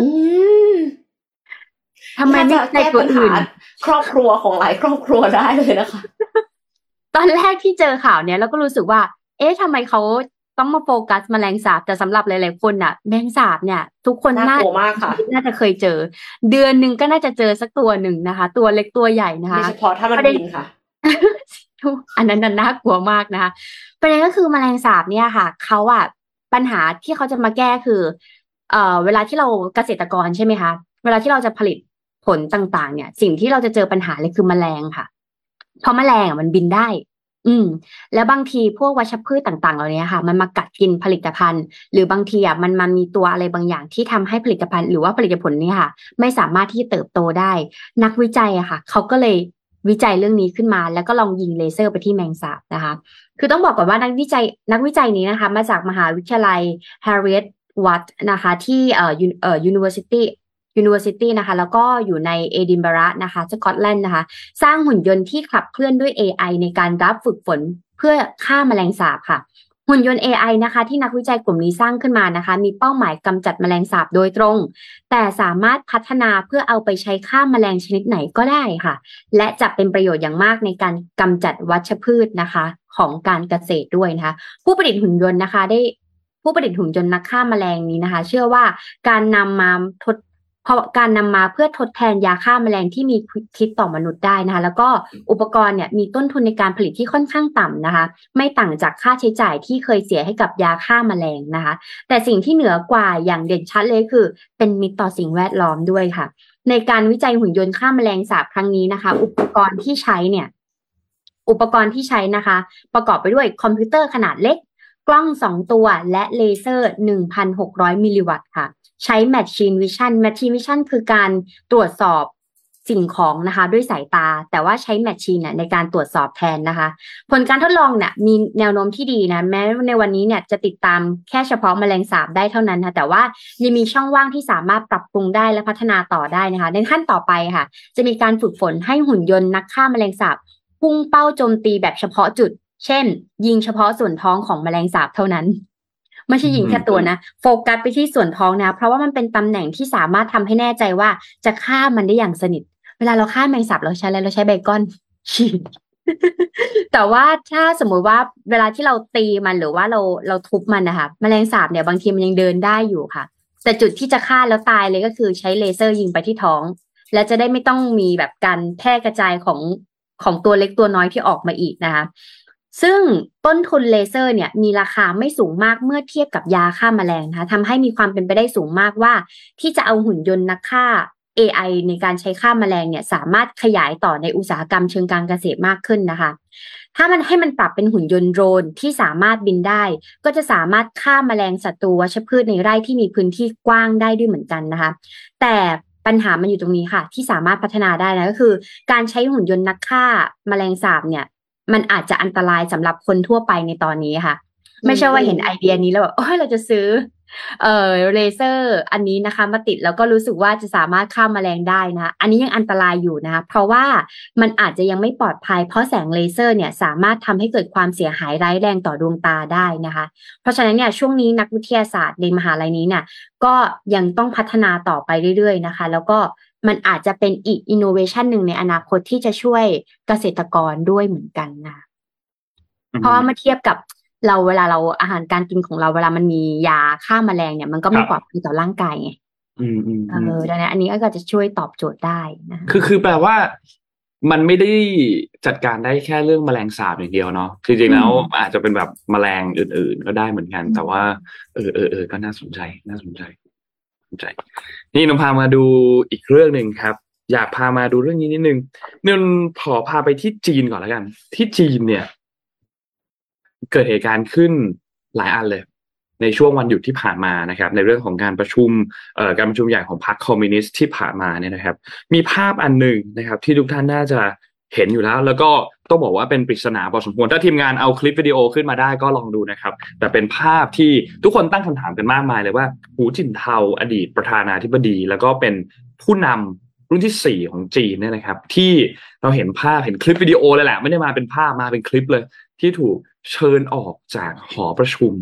ทำไมไม่ใช้ตัวอื่นครอบครัวของหลายครอบครัวได้เลยนะคะตอนแรกที่เจอข่าวเนี้ยแล้วก็รู้สึกว่าทำไมเขาต้องมาโฟกัสแมลงสาบแต่สำหรับหลายๆคนน่ะแมลงสาบเนี่ยทุกคนน่าจะเคยเจอเดือนนึงก็น่าจะเจอสักตัวหนึ่งนะคะตัวเล็กตัวใหญ่นะคะโดยเฉพาะถ้ามันบินค่ะอันนั้นน่ากลัวมากนะคะประเด็นก็คือแมลงสาบเนี่ยค่ะเขาปัญหาที่เขาจะมาแก้คือเวลาที่เราเกษตรกรใช่ไหมคะเวลาที่เราจะผลิตผลต่างๆเนี่ยสิ่งที่เราจะเจอปัญหาเลยคือแมลงค่ะเพราะแมลงมันบินได้แล้วบางทีพวกวัชพืชต่างๆเหล่านี้ค่ะมันมากัดกินผลิตภัณฑ์หรือบางทีมันมีตัวอะไรบางอย่างที่ทำให้ผลิตภัณฑ์หรือว่าผลิตผลนี้ค่ะไม่สามารถที่จะเติบโตได้นักวิจัยค่ะเขาก็เลยวิจัยเรื่องนี้ขึ้นมาแล้วก็ลองยิงเลเซอร์ไปที่แมงสาบนะคะคือต้องบอกก่อนว่านักวิจัยนี้นะคะมาจากมหาวิทยาลัย Harriet Watt นะคะที่University นะคะแล้วก็อยู่ในเอดินบะระนะคะสกอตแลนด์นะคะสร้างหุ่นยนต์ที่ขับเคลื่อนด้วย AI ในการรับฝึกฝนเพื่อฆ่าแมลงสาบค่ะหุ่นยนต์ AI นะคะที่นักวิจัยกลุ่มนี้สร้างขึ้นมานะคะมีเป้าหมายกำจัดแมลงสาบโดยตรงแต่สามารถพัฒนาเพื่อเอาไปใช้ฆ่าแมลงชนิดไหนก็ได้ค่ะและจะเป็นประโยชน์อย่างมากในการกำจัดวัชพืชนะคะของการเกษตรด้วยนะคะผู้ประดิษฐ์หุ่นยนต์นะคะผู้ประดิษฐ์หุ่นยนต์นักฆ่าแมลงนี้นะคะเชื่อว่าการนำมาเพื่อทดแทนยาฆ่าแมลงที่มีพิษต่อมนุษย์ได้นะคะแล้วก็อุปกรณ์เนี่ยมีต้นทุนในการผลิตที่ค่อนข้างต่ำนะคะไม่ต่างจากค่าใช้จ่ายที่เคยเสียให้กับยาฆ่าแมลงนะคะแต่สิ่งที่เหนือกว่าอย่างเด่นชัดเลยคือเป็นมิตรต่อสิ่งแวดล้อมด้วยค่ะในการวิจัยหุ่นยนต์ฆ่าแมลงสาบครั้งนี้นะคะอุปกรณ์ที่ใช้นะคะประกอบไปด้วยคอมพิวเตอร์ขนาดเล็กกล้อง2ตัวและเลเซอร์ 1,600 มิลลิวัตต์ค่ะใช้ Machine Vision คือการตรวจสอบสิ่งของนะคะด้วยสายตาแต่ว่าใช้ Machine ในการตรวจสอบแทนนะคะผลการทดลองเนี่ยมีแนวโน้มที่ดีนะแม้ในวันนี้เนี่ยจะติดตามแค่เฉพาะแมลงสาบได้เท่านั้นค่ะแต่ว่ายังมีช่องว่างที่สามารถปรับปรุงได้และพัฒนาต่อได้นะคะในขั้นต่อไปค่ะจะมีการฝึกฝนให้หุ่นยนต์นักฆ่าแมลงสาบพุ่งเป้าโจมตีแบบเฉพาะจุดเช่นยิงเฉพาะส่วนท้องของแมลงสาบเท่านั้นไม่ใช่ยิงแค่ตัวนะโฟกัสไปที่ส่วนท้องนะเพราะว่ามันเป็นตำแหน่งที่สามารถทำให้แน่ใจว่าจะฆ่ามันได้อย่างสนิทเวลาเราฆ่าแมลงสาบเราใช้อะไรเราใช้เบคอนฉีด แต่ว่าถ้าสมมุติว่าเวลาที่เราตีมันหรือว่าเราทุบมันนะคะแมลงสาบเนี่ยบางทีมันยังเดินได้อยู่ค่ะแต่จุดที่จะฆ่าแล้วตายเลยก็คือใช้เลเซอร์ยิงไปที่ท้องและจะได้ไม่ต้องมีแบบการแพร่กระจายของตัวเล็กตัวน้อยที่ออกมาอีกนะคะซึ่งต้นทุนเลเซอร์เนี่ยมีราคาไม่สูงมากเมื่อเทียบกับยาฆ่าแมลงนะคะทำให้มีความเป็นไปได้สูงมากว่าที่จะเอาหุ่นยนต์นักฆ่า AI ในการใช้ฆ่าแมลงเนี่ยสามารถขยายต่อในอุตสาหกรรมเชิงการเกษตรมากขึ้นนะคะถ้ามันให้มันปรับเป็นหุ่นยนต์โดรนที่สามารถบินได้ก็จะสามารถฆ่าแมลงศัตรูวัชพืชในไร่ที่มีพื้นที่กว้างได้ด้วยเหมือนกันนะคะแต่ปัญหามันอยู่ตรงนี้ค่ะที่สามารถพัฒนาได้นะก็คือการใช้หุ่นยนต์นักฆ่าแมลงสาบเนี่ยมันอาจจะอันตรายสำหรับคนทั่วไปในตอนนี้ค่ะไม่ใช่ว่าเห็นไอเดียนี้แล้วแบบโอ้ยเราจะซื้อเลเซอร์อันนี้นะคะมาติดแล้วก็รู้สึกว่าจะสามารถฆ่าแมลงได้นะอันนี้ยังอันตรายอยู่นะคะเพราะว่ามันอาจจะยังไม่ปลอดภัยเพราะแสงเลเซอร์เนี่ยสามารถทำให้เกิดความเสียหายร้ายแรงต่อดวงตาได้นะคะเพราะฉะนั้นเนี่ยช่วงนี้นักวิทยาศาสตร์ในมหาลัยนี้เนี่ยก็ยังต้องพัฒนาต่อไปเรื่อยๆนะคะแล้วก็มันอาจจะเป็นอีกอินโนเวชันหนึ่งในอนาคตที่จะช่วยเกษตรกรด้วยเหมือนกันนะเพราะว่าเมื่อเทียบกับเวลาเราอาหารการกินของเราเวลามันมียาฆ่าแมลงเนี่ยมันก็ไม่ปลอดภัยต่อร่างกายไงดังนั้นอันนี้ก็จะช่วยตอบโจทย์ได้นะคือแปลว่ามันไม่ได้จัดการได้แค่เรื่องแมลงสาบอย่างเดียวเนาะจริงๆแล้วอาจจะเป็นแบบแมลงอื่นๆก็ได้เหมือนกันแต่ว่าก็น่าสนใจนี่นำพามาดูอีกเรื่องนึงครับอยากพามาดูเรื่องนี้นิดนึงนนขอพาไปที่จีนก่อนแล้วกันที่จีนเนี่ยเกิดเหตุการณ์ขึ้นหลายอันเลยในช่วงวันหยุดที่ผ่านมานะครับในเรื่องของการประชุมใหญ่ของพรรคคอมมิวนิสต์ที่ผ่านมาเนี่ยนะครับมีภาพอันหนึ่งนะครับที่ทุกท่านน่าจะเห็นอยู่แล้วก็ต้องบอกว่าเป็นปริศนาพอสมควรถ้าทีมงานเอาคลิปวิดีโอขึ้นมาได้ก็ลองดูนะครับแต่เป็นภาพที่ทุกคนตั้งคำถามกันมากมายเลยว่าหูจินเทาอดีตประธานาธิบดีแล้วก็เป็นผู้นำรุ่นที่4ของจีนเนี่ยนะครับที่เราเห็นคลิปวิดีโอเลยแหละไม่ได้มาเป็นภาพมาเป็นคลิปเลยที่ถูกเชิญออกจากหอประชุม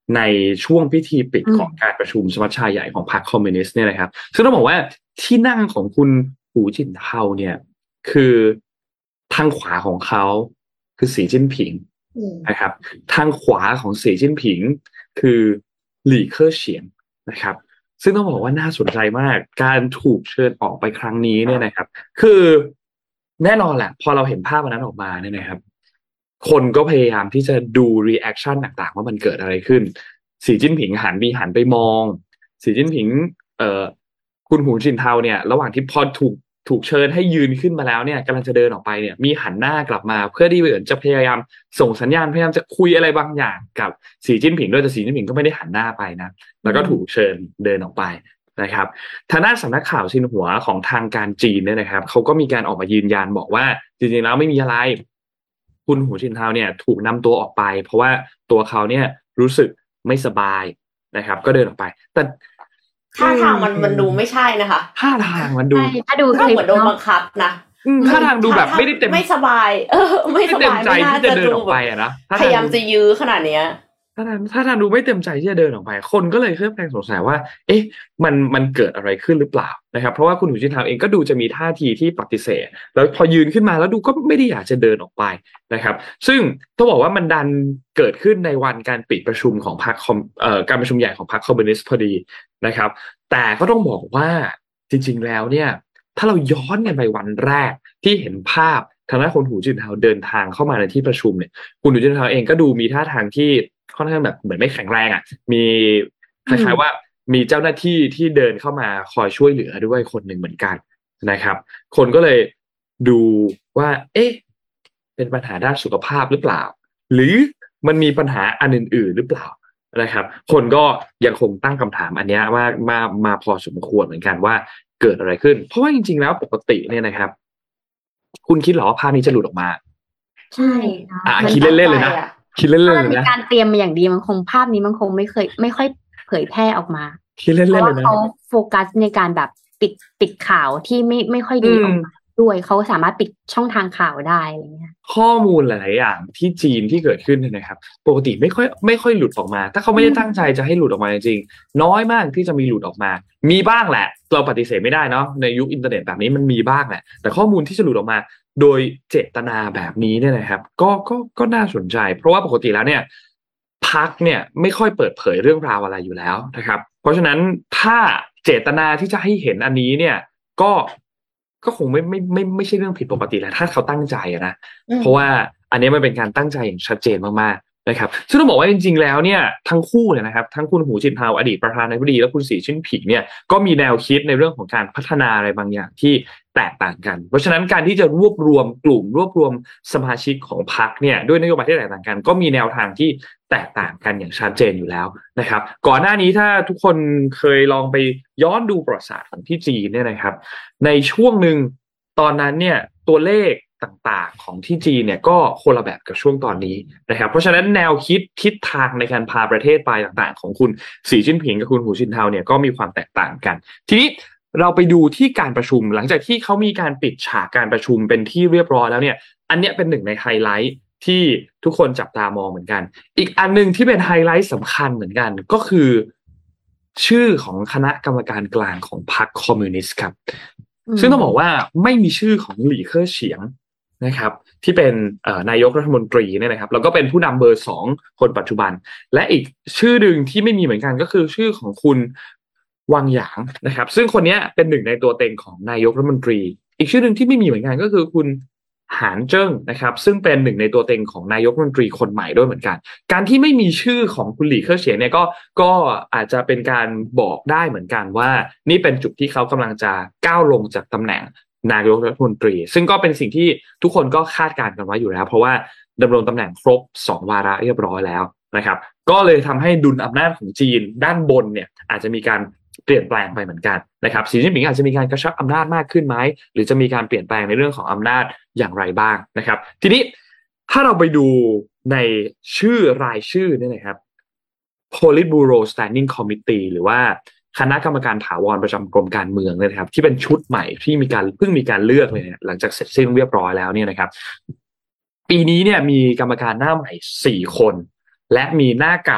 ในช่วงพิธีปิดของการประชุมสมัชชาใหญ่ของพรรคคอมมิวนิสต์เนี่ยนะครับซึ่งต้องบอกว่าที่นั่งของคุณหูจินเทาเนี่ยคือทางขวาของเขาคือสีจิ้นผิงนะครับทางขวาของสีจิ้นผิงคือหลี่เค่อเฉียงนะครับซึ่งต้องบอกว่าน่าสนใจมากการถูกเชิญออกไปครั้งนี้เนี่ยนะครับคือแน่นอนแหละพอเราเห็นภาพนั้นออกมาเนี่ยนะครับคนก็พยายามที่จะดูรีแอคชั่นต่างๆว่ามันเกิดอะไรขึ้นสีจิ้นผิงหันไปมองสีจิ้นผิงคุณหูจินเทาเนี่ยระหว่างที่พอถูกเชิญให้ยืนขึ้นมาแล้วเนี่ยกำลังจะเดินออกไปเนี่ยมีหันหน้ากลับมาเพื่อที่เหมือนจะพยายามส่งสัญญาณพยายามจะคุยอะไรบางอย่างกับสีจิ้นผิงด้วยแต่สีจิ้นผิงก็ไม่ได้หันหน้าไปนะแล้วก็ถูกเชิญเดินออกไปนะครับทางด้านสำนักข่าวซินหัวของทางการจีนเนี่ยนะครับเขาก็มีการออกมายืนยันบอกว่าจริงๆแล้วไม่มีอะไรคุณหูจินเทาเนี่ยถูกนำตัวออกไปเพราะว่าตัวเขาเนี่ยรู้สึกไม่สบายนะครับก็เดินออกไปแต่ท่าทางมันดูไม่ใช่นะคะท่าทางมันดูถ้าดูคลิปเหมือนโดนบังคับนะท่าทางดูแบบไม่ได้เต็มไม่สบายไม่สบายใจที่จะเดินออกไปอะนะพยายามจะยื้อขนาดเนี้ยถ้าทางดูไม่เต็มใจที่จะเดินออกไปคนก็เลยเคลือบแคลงสงสัยว่าเอ๊ะมันเกิดอะไรขึ้นหรือเปล่านะครับเพราะว่าคุณหูจินเทาเองก็ดูจะมีท่าทีที่ปฏิเสธแล้วพอยืนขึ้นมาแล้วดูก็ไม่ได้อยากจะเดินออกไปนะครับซึ่งต้องบอกว่ามันดันเกิดขึ้นในวันการปิดประชุมของพรรคการประชุมใหญ่ของพรรคคอมมิวนิสต์พอดีนะครับแต่ก็ต้องบอกว่าจริงๆแล้วเนี่ยถ้าเราย้อนกันไปวันแรกที่เห็นภาพทางด้านคุณหูจินเทาเดินทางเข้ามาในที่ประชุมเนี่ยคุณหูจินเทาเองก็ดูมีท่าทางที่ค่อนข้างแบบเหมือนไม่แข็งแรงอ่ะมีคล้ายๆว่ามีเจ้าหน้าที่ที่เดินเข้ามาคอยช่วยเหลือด้วยคนหนึ่งเหมือนกันนะครับคนก็เลยดูว่าเอ๊ะเป็นปัญหาด้านสุขภาพหรือเปล่าหรือมันมีปัญหาอันอื่นๆหรือเปล่านะครับคนก็ยังคงตั้งคำถามอันนี้ว่ามาพอสมควรเหมือนกันว่าเกิดอะไรขึ้นเพราะว่าจริงๆแล้วปกติเนี่ยนะครับคุณคิดหรอว่าภาพนี้จะหลุดออกมาใช่คิดเล่นๆเลยนะคิดเล่นๆเลยนะมีการเตรียมมาอย่างดีมันคงภาพนี้มันคงไม่ค่อยเผยแพร่ออกมาคิดเล่นๆเลยนะเขาโฟกัสในการแบบปิดข่าวที่ไม่ค่อยดีออกมาด้วยเขาสามารถปิดช่องทางข่าวได้อะไรเงี้ยข้อมูลหลายๆอย่างที่จีนที่เกิดขึ้นนะครับปกติไม่ค่อยหลุดออกมาถ้าเขาไม่ได้ตั้งใจจะให้หลุดออกมาจริงๆน้อยมากที่จะมีหลุดออกมามีบ้างแหละเราปฏิเสธไม่ได้เนาะในยุคอินเทอร์เน็ตแบบนี้มันมีบ้างแหละแต่ข้อมูลที่จะหลุดออกมาโดยเจตนาแบบนี้เนี่ยนะครับก็น่าสนใจเพราะว่าปกติแล้วเนี่ยพรรคเนี่ยไม่ค่อยเปิดเผยเรื่องราวอะไรอยู่แล้วนะครับเพราะฉะนั้นถ้าเจตนาที่จะให้เห็นอันนี้เนี่ยก็คงไม่ใช่เรื่องผิดปกติแหละถ้าเขาตั้งใจนะเพราะว่าอันนี้มันเป็นการตั้งใจอย่างชัดเจนมากๆนะครับซึ่งต้องบอกว่าจริงๆแล้วเนี่ยทั้งคู่เนี่ยนะครับทั้งคุณหูจินเทาอดีตประธานาธิบดีและคุณสีจิ้นผิงเนี่ยก็มีแนวคิดในเรื่องของการพัฒนาอะไรบางอย่างที่แตกต่างกันเพราะฉะนั้นการที่จะรวบรวมกลุ่มรวบรวมสมาชิกของพรรคเนี่ยด้วยนโยบายที่แตกต่างกันก็มีแนวทางที่แตกต่างกันอย่างชัดเจนอยู่แล้วนะครับก่อนหน้านี้ถ้าทุกคนเคยลองไปย้อนดูประวัติศาสตร์ของที่จีนเนี่ยนะครับในช่วงหนึ่งตอนนั้นเนี่ยตัวเลขต่างๆของที่จีนเนี่ยก็คนละแบบกับช่วงตอนนี้นะครับเพราะฉะนั้นแนวคิดทิศทางในการพาประเทศไปต่างๆของคุณสีจิ้นผิงกับคุณหูจินเทาเนี่ยก็มีความแตกต่างกันทีนี้เราไปดูที่การประชุมหลังจากที่เขามีการปิดฉากการประชุมเป็นที่เรียบร้อยแล้วเนี่ยอันนี้เป็นหนึ่งในไฮไลท์ที่ทุกคนจับตามองเหมือนกันอีกอันนึงที่เป็นไฮไลท์สำคัญเหมือนกันก็คือชื่อของคณะกรรมการกลางของพรรคคอมมิวนิสต์ครับซึ่งต้องบอกว่าไม่มีชื่อของหลี่เค่อเฉียงนะครับที่เป็นนายกรัฐมนตรีเนี่ยนะครับแล้วก็เป็นผู้นำเบอร์2คนปัจจุบันและอีกชื่อหนึ่งที่ไม่มีเหมือนกันก็คือชื่อของคุณวังหยางนะครับซึ่งคนนี้เป็นหนึ่งในตัวเต็งของนายกรัฐมนตรีอีกชื่อหนึ่งที่ไม่มีเหมือนกันก็คือคุณหานเจิ้งนะครับซึ่งเป็นหนึ่งในตัวเต็งของนายกรัฐมนตรีคนใหม่ด้วยเหมือนกันการที่ไม่มีชื่อของคุณหลี่เค่อเฉียงเนี่ยก็อาจจะเป็นการบอกได้เหมือนกันว่านี่เป็นจุดที่เขากำลังจะก้าวลงจากตำแหน่งนายกรัฐมนตรีซึ่งก็เป็นสิ่งที่ทุกคนก็คาดการณ์กันไว้อยู่แล้วเพราะว่าดำรงตำแหน่งครบ2วาระเรียบร้อยแล้วนะครับก็เลยทำให้ดุลอำนาจของจีนด้านบนเนี่ยอาจจะมีการเปลี่ยนแปลงไปเหมือนกันนะครับสีจิ้นผิงอาจจะมีการกระชับอำนาจมากขึ้นไหมหรือจะมีการเปลี่ยนแปลงในเรื่องของอำนาจอย่างไรบ้างนะครับทีนี้ถ้าเราไปดูในชื่อรายชื่อเนี่ยนะครับ Politburo Standing Committee หรือว่าคณะกรรมการถาวรประจำกรมการเมืองนะครับที่เป็นชุดใหม่ที่เพิ่งมีการเลือกเลยเนี่ยหลังจากเสร็จสิ้นเรียบร้อยแล้วเนี่ยนะครับปีนี้เนี่ยมีกรรมการหน้าใหม่4คนและมีหน้าเก่า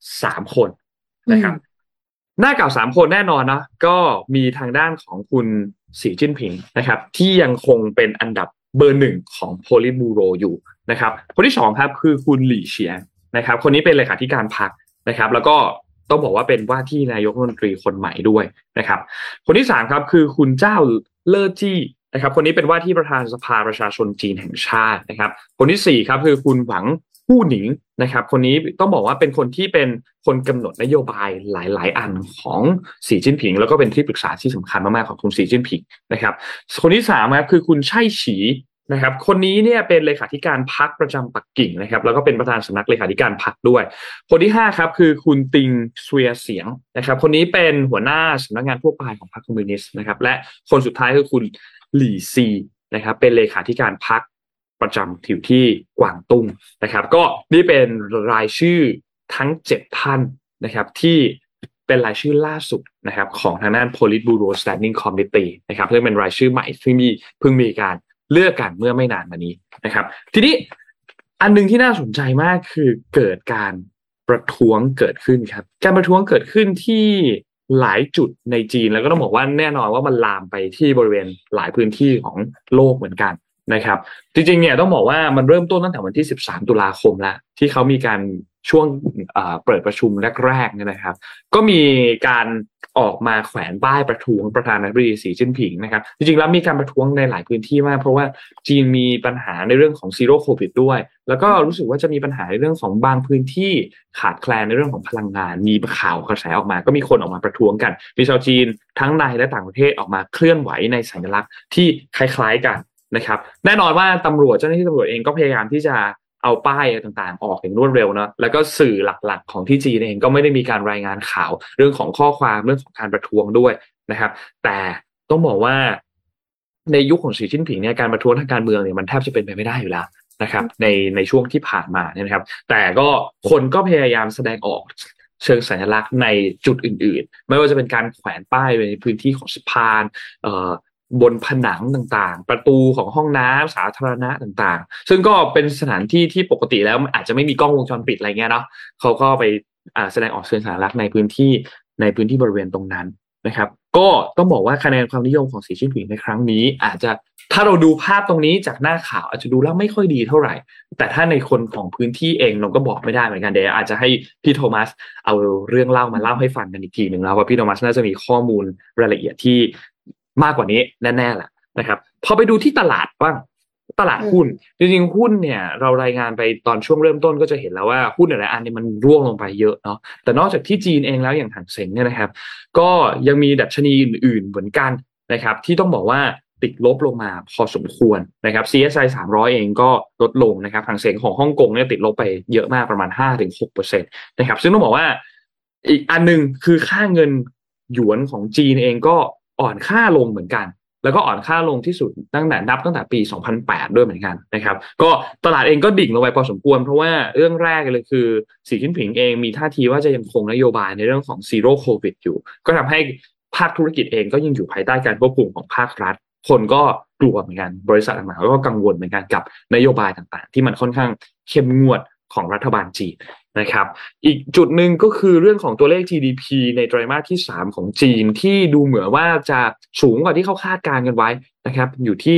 3 คนนะครับหน้าเก่า3 คนแน่นอนนะก็มีทางด้านของคุณสีจิ้นผิงนะครับที่ยังคงเป็นอันดับเบอร์ 1ของโพลิตบูโรอยู่นะครับคนที่2ครับคือคุณหลี่เฉียงนะครับคนนี้เป็นเลขาธิการพรรคนะครับแล้วก็ต้องบอกว่าเป็นว่าที่นายกรัฐมนตรีคนใหม่ด้วยนะครับคนที่3ครับคือคุณเจ้าเล่อจี้นะครับคนนี้เป็นว่าที่ประธานสภาประชาชนจีนแห่งชาตินะครับคนที่4ครับคือคุณหวังผู้หนิงนะครับคนนี้ต้องบอกว่าเป็นคนที่เป็นคนกำหนดนโยบายหลายๆอันของสีจิ้นผิงแล้วก็เป็นที่ปรึกษาที่สำคัญมากๆของคุณสีจิ้นผิงนะครับคนที่3ครับคือคุณไช่ฉีนะครับคนนี้เนี่ยเป็นเลขาธิการพรรคประจำปักกิ่งนะครับแล้วก็เป็นประธานสำนักเลขาธิการพรรคด้วยคนที่5ครับคือคุณติงเสวียเสียงนะครับคนนี้เป็นหัวหน้าสำนักงานทั่วไปของพรรคคอมมิวนิสต์นะครับและคนสุดท้ายคือคุณหลี่ซีนะครับเป็นเลขาธิการพรรคประจำอยู่ที่กวางตุ้งนะครับก็นี่เป็นรายชื่อทั้ง7 ท่านนะครับที่เป็นรายชื่อล่าสุดนะครับของทางด้าน Politburo Standing Committee นะครับซึ่งเป็นรายชื่อใหม่ที่เพิ่งมีการเลือกกันเมื่อไม่นานมานี้นะครับทีนี้อันนึงที่น่าสนใจมากคือเกิดการประท้วงเกิดขึ้นครับการประท้วงเกิดขึ้นที่หลายจุดในจีนแล้วก็ต้องบอกว่าแน่นอนว่ามันลามไปที่บริเวณหลายพื้นที่ของโลกเหมือนกันนะครับจริงๆเนี่ยต้องบอกว่ามันเริ่มต้นตั้งแต่วันที่13 ตุลาคมแล้วที่เขามีการช่วงเปิดประชุมแรกๆเนี่ยนะครับก็มีการออกมาแขวนป้ายประท้วงประธานาธิบดีสีจิ้นผิงนะครับจริงๆแล้วมีการประท้วงในหลายพื้นที่มากเพราะว่าจีนมีปัญหาในเรื่องของซีโร่โควิดด้วยแล้วก็รู้สึกว่าจะมีปัญหาในเรื่องของบางพื้นที่ขาดแคลนในเรื่องของพลังงานมีข่าวกระแสออกมาก็มีคนออกมาประท้วงกันมีชาวจีนทั้งในและต่างประเทศออกมาเคลื่อนไหวในสัญลักษณ์ที่คล้ายๆกันนะครับแน่นอนว่าเจ้าหน้าที่ตำรวจเองก็พยายามที่จะเอาป้ายต่างๆออกอย่างรวดเร็วเนาะแล้วก็สื่อหลักๆของที่จีนเองก็ไม่ได้มีการรายงานข่าวเรื่องของข้อความเรื่องของการประท้วงด้วยนะครับแต่ต้องบอกว่าในยุคของสีจิ้นผิงเนี่ยการประท้วงทางการเมืองเนี่ยมันแทบจะเป็นไปไม่ได้อยู่แล้วนะครับในช่วงที่ผ่านมาเนี่ยนะครับแต่ก็คนก็พยายามแสดงออกเชิงสัญลักษณ์ในจุดอื่นๆไม่ว่าจะเป็นการแขวนป้ายในพื้นที่ของสะพานบนผนังต่างๆประตูของห้องน้ำสาธารณะต่างๆซึ่งก็เป็นสถานที่ที่ปกติแล้วอาจจะไม่มีกล้องวงจรปิดอะไรเงี้ยเนาะเขาก็ไปแสดงออกเชิงสัญลักษณ์ในพื้นที่บริเวณตรงนั้นนะครับก็ต้องบอกว่าคะแนนความนิยมของสีจิ้นผิงในครั้งนี้อาจจะถ้าเราดูภาพตรงนี้จากหน้าข่าวอาจจะดูแล้วไม่ค่อยดีเท่าไหร่แต่ถ้าในคนของพื้นที่เองเราก็บอกไม่ได้เหมือนกันเดี๋ยวอาจจะให้พี่โทมัสเอาเรื่องเล่ามาเล่าให้ฟังกันอีกทีหนึ่งแล้วว่าพี่โทมัสน่าจะมีข้อมูลรายละเอียดที่มากกว่านี้แน่ๆแหละนะครับพอไปดูที่ตลาดบ้างตลาดหุ้นจริงๆหุ้นเนี่ยเรารายงานไปตอนช่วงเริ่มต้นก็จะเห็นแล้วว่าหุ้นหลายอันเนี่ยมันร่วงลงไปเยอะเนาะแต่นอกจากที่จีนเองแล้วอย่างหังเส็งเนี่ยนะครับก็ยังมีดัชนีอื่นๆเหมือนกันนะครับที่ต้องบอกว่าติดลบลงมาพอสมควรนะครับ CSI 300เองก็ลดลงนะครับหังเส็งของฮ่องกงเนี่ยติดลบไปเยอะมากประมาณ 5-6% นะครับซึ่งต้องบอกว่าอีกอันนึงคือค่าเงินหยวนของจีนเองก็อ่อนค่าลงเหมือนกันแล้วก็อ่อนค่าลงที่สุดตั้งแต่ปี 2008 ด้วยเหมือนกันนะครับก็ตลาดเองก็ดิ่งลงไปพอสมควรเพราะว่าเรื่องแรกเลยคือสีจิ้นผิงเองมีท่าทีว่าจะยังคงนโยบายในเรื่องของซีโร่โควิดอยู่ก็ทำให้ภาคธุรกิจเองก็ยังอยู่ภายใต้การควบคุมของภาครัฐคนก็กลัวเหมือนกันบริษัทต่างๆก็กังวลเหมือนกันกับนโยบายต่างๆที่มันค่อนข้างเข้มงวดของรัฐบาลจีนนะครับอีกจุดหนึ่งก็คือเรื่องของตัวเลข GDP ในไตรมาสที่3ของจีนที่ดูเหมือนว่าจะสูงกว่าที่เขาคาดการณ์กันไว้นะครับอยู่ที่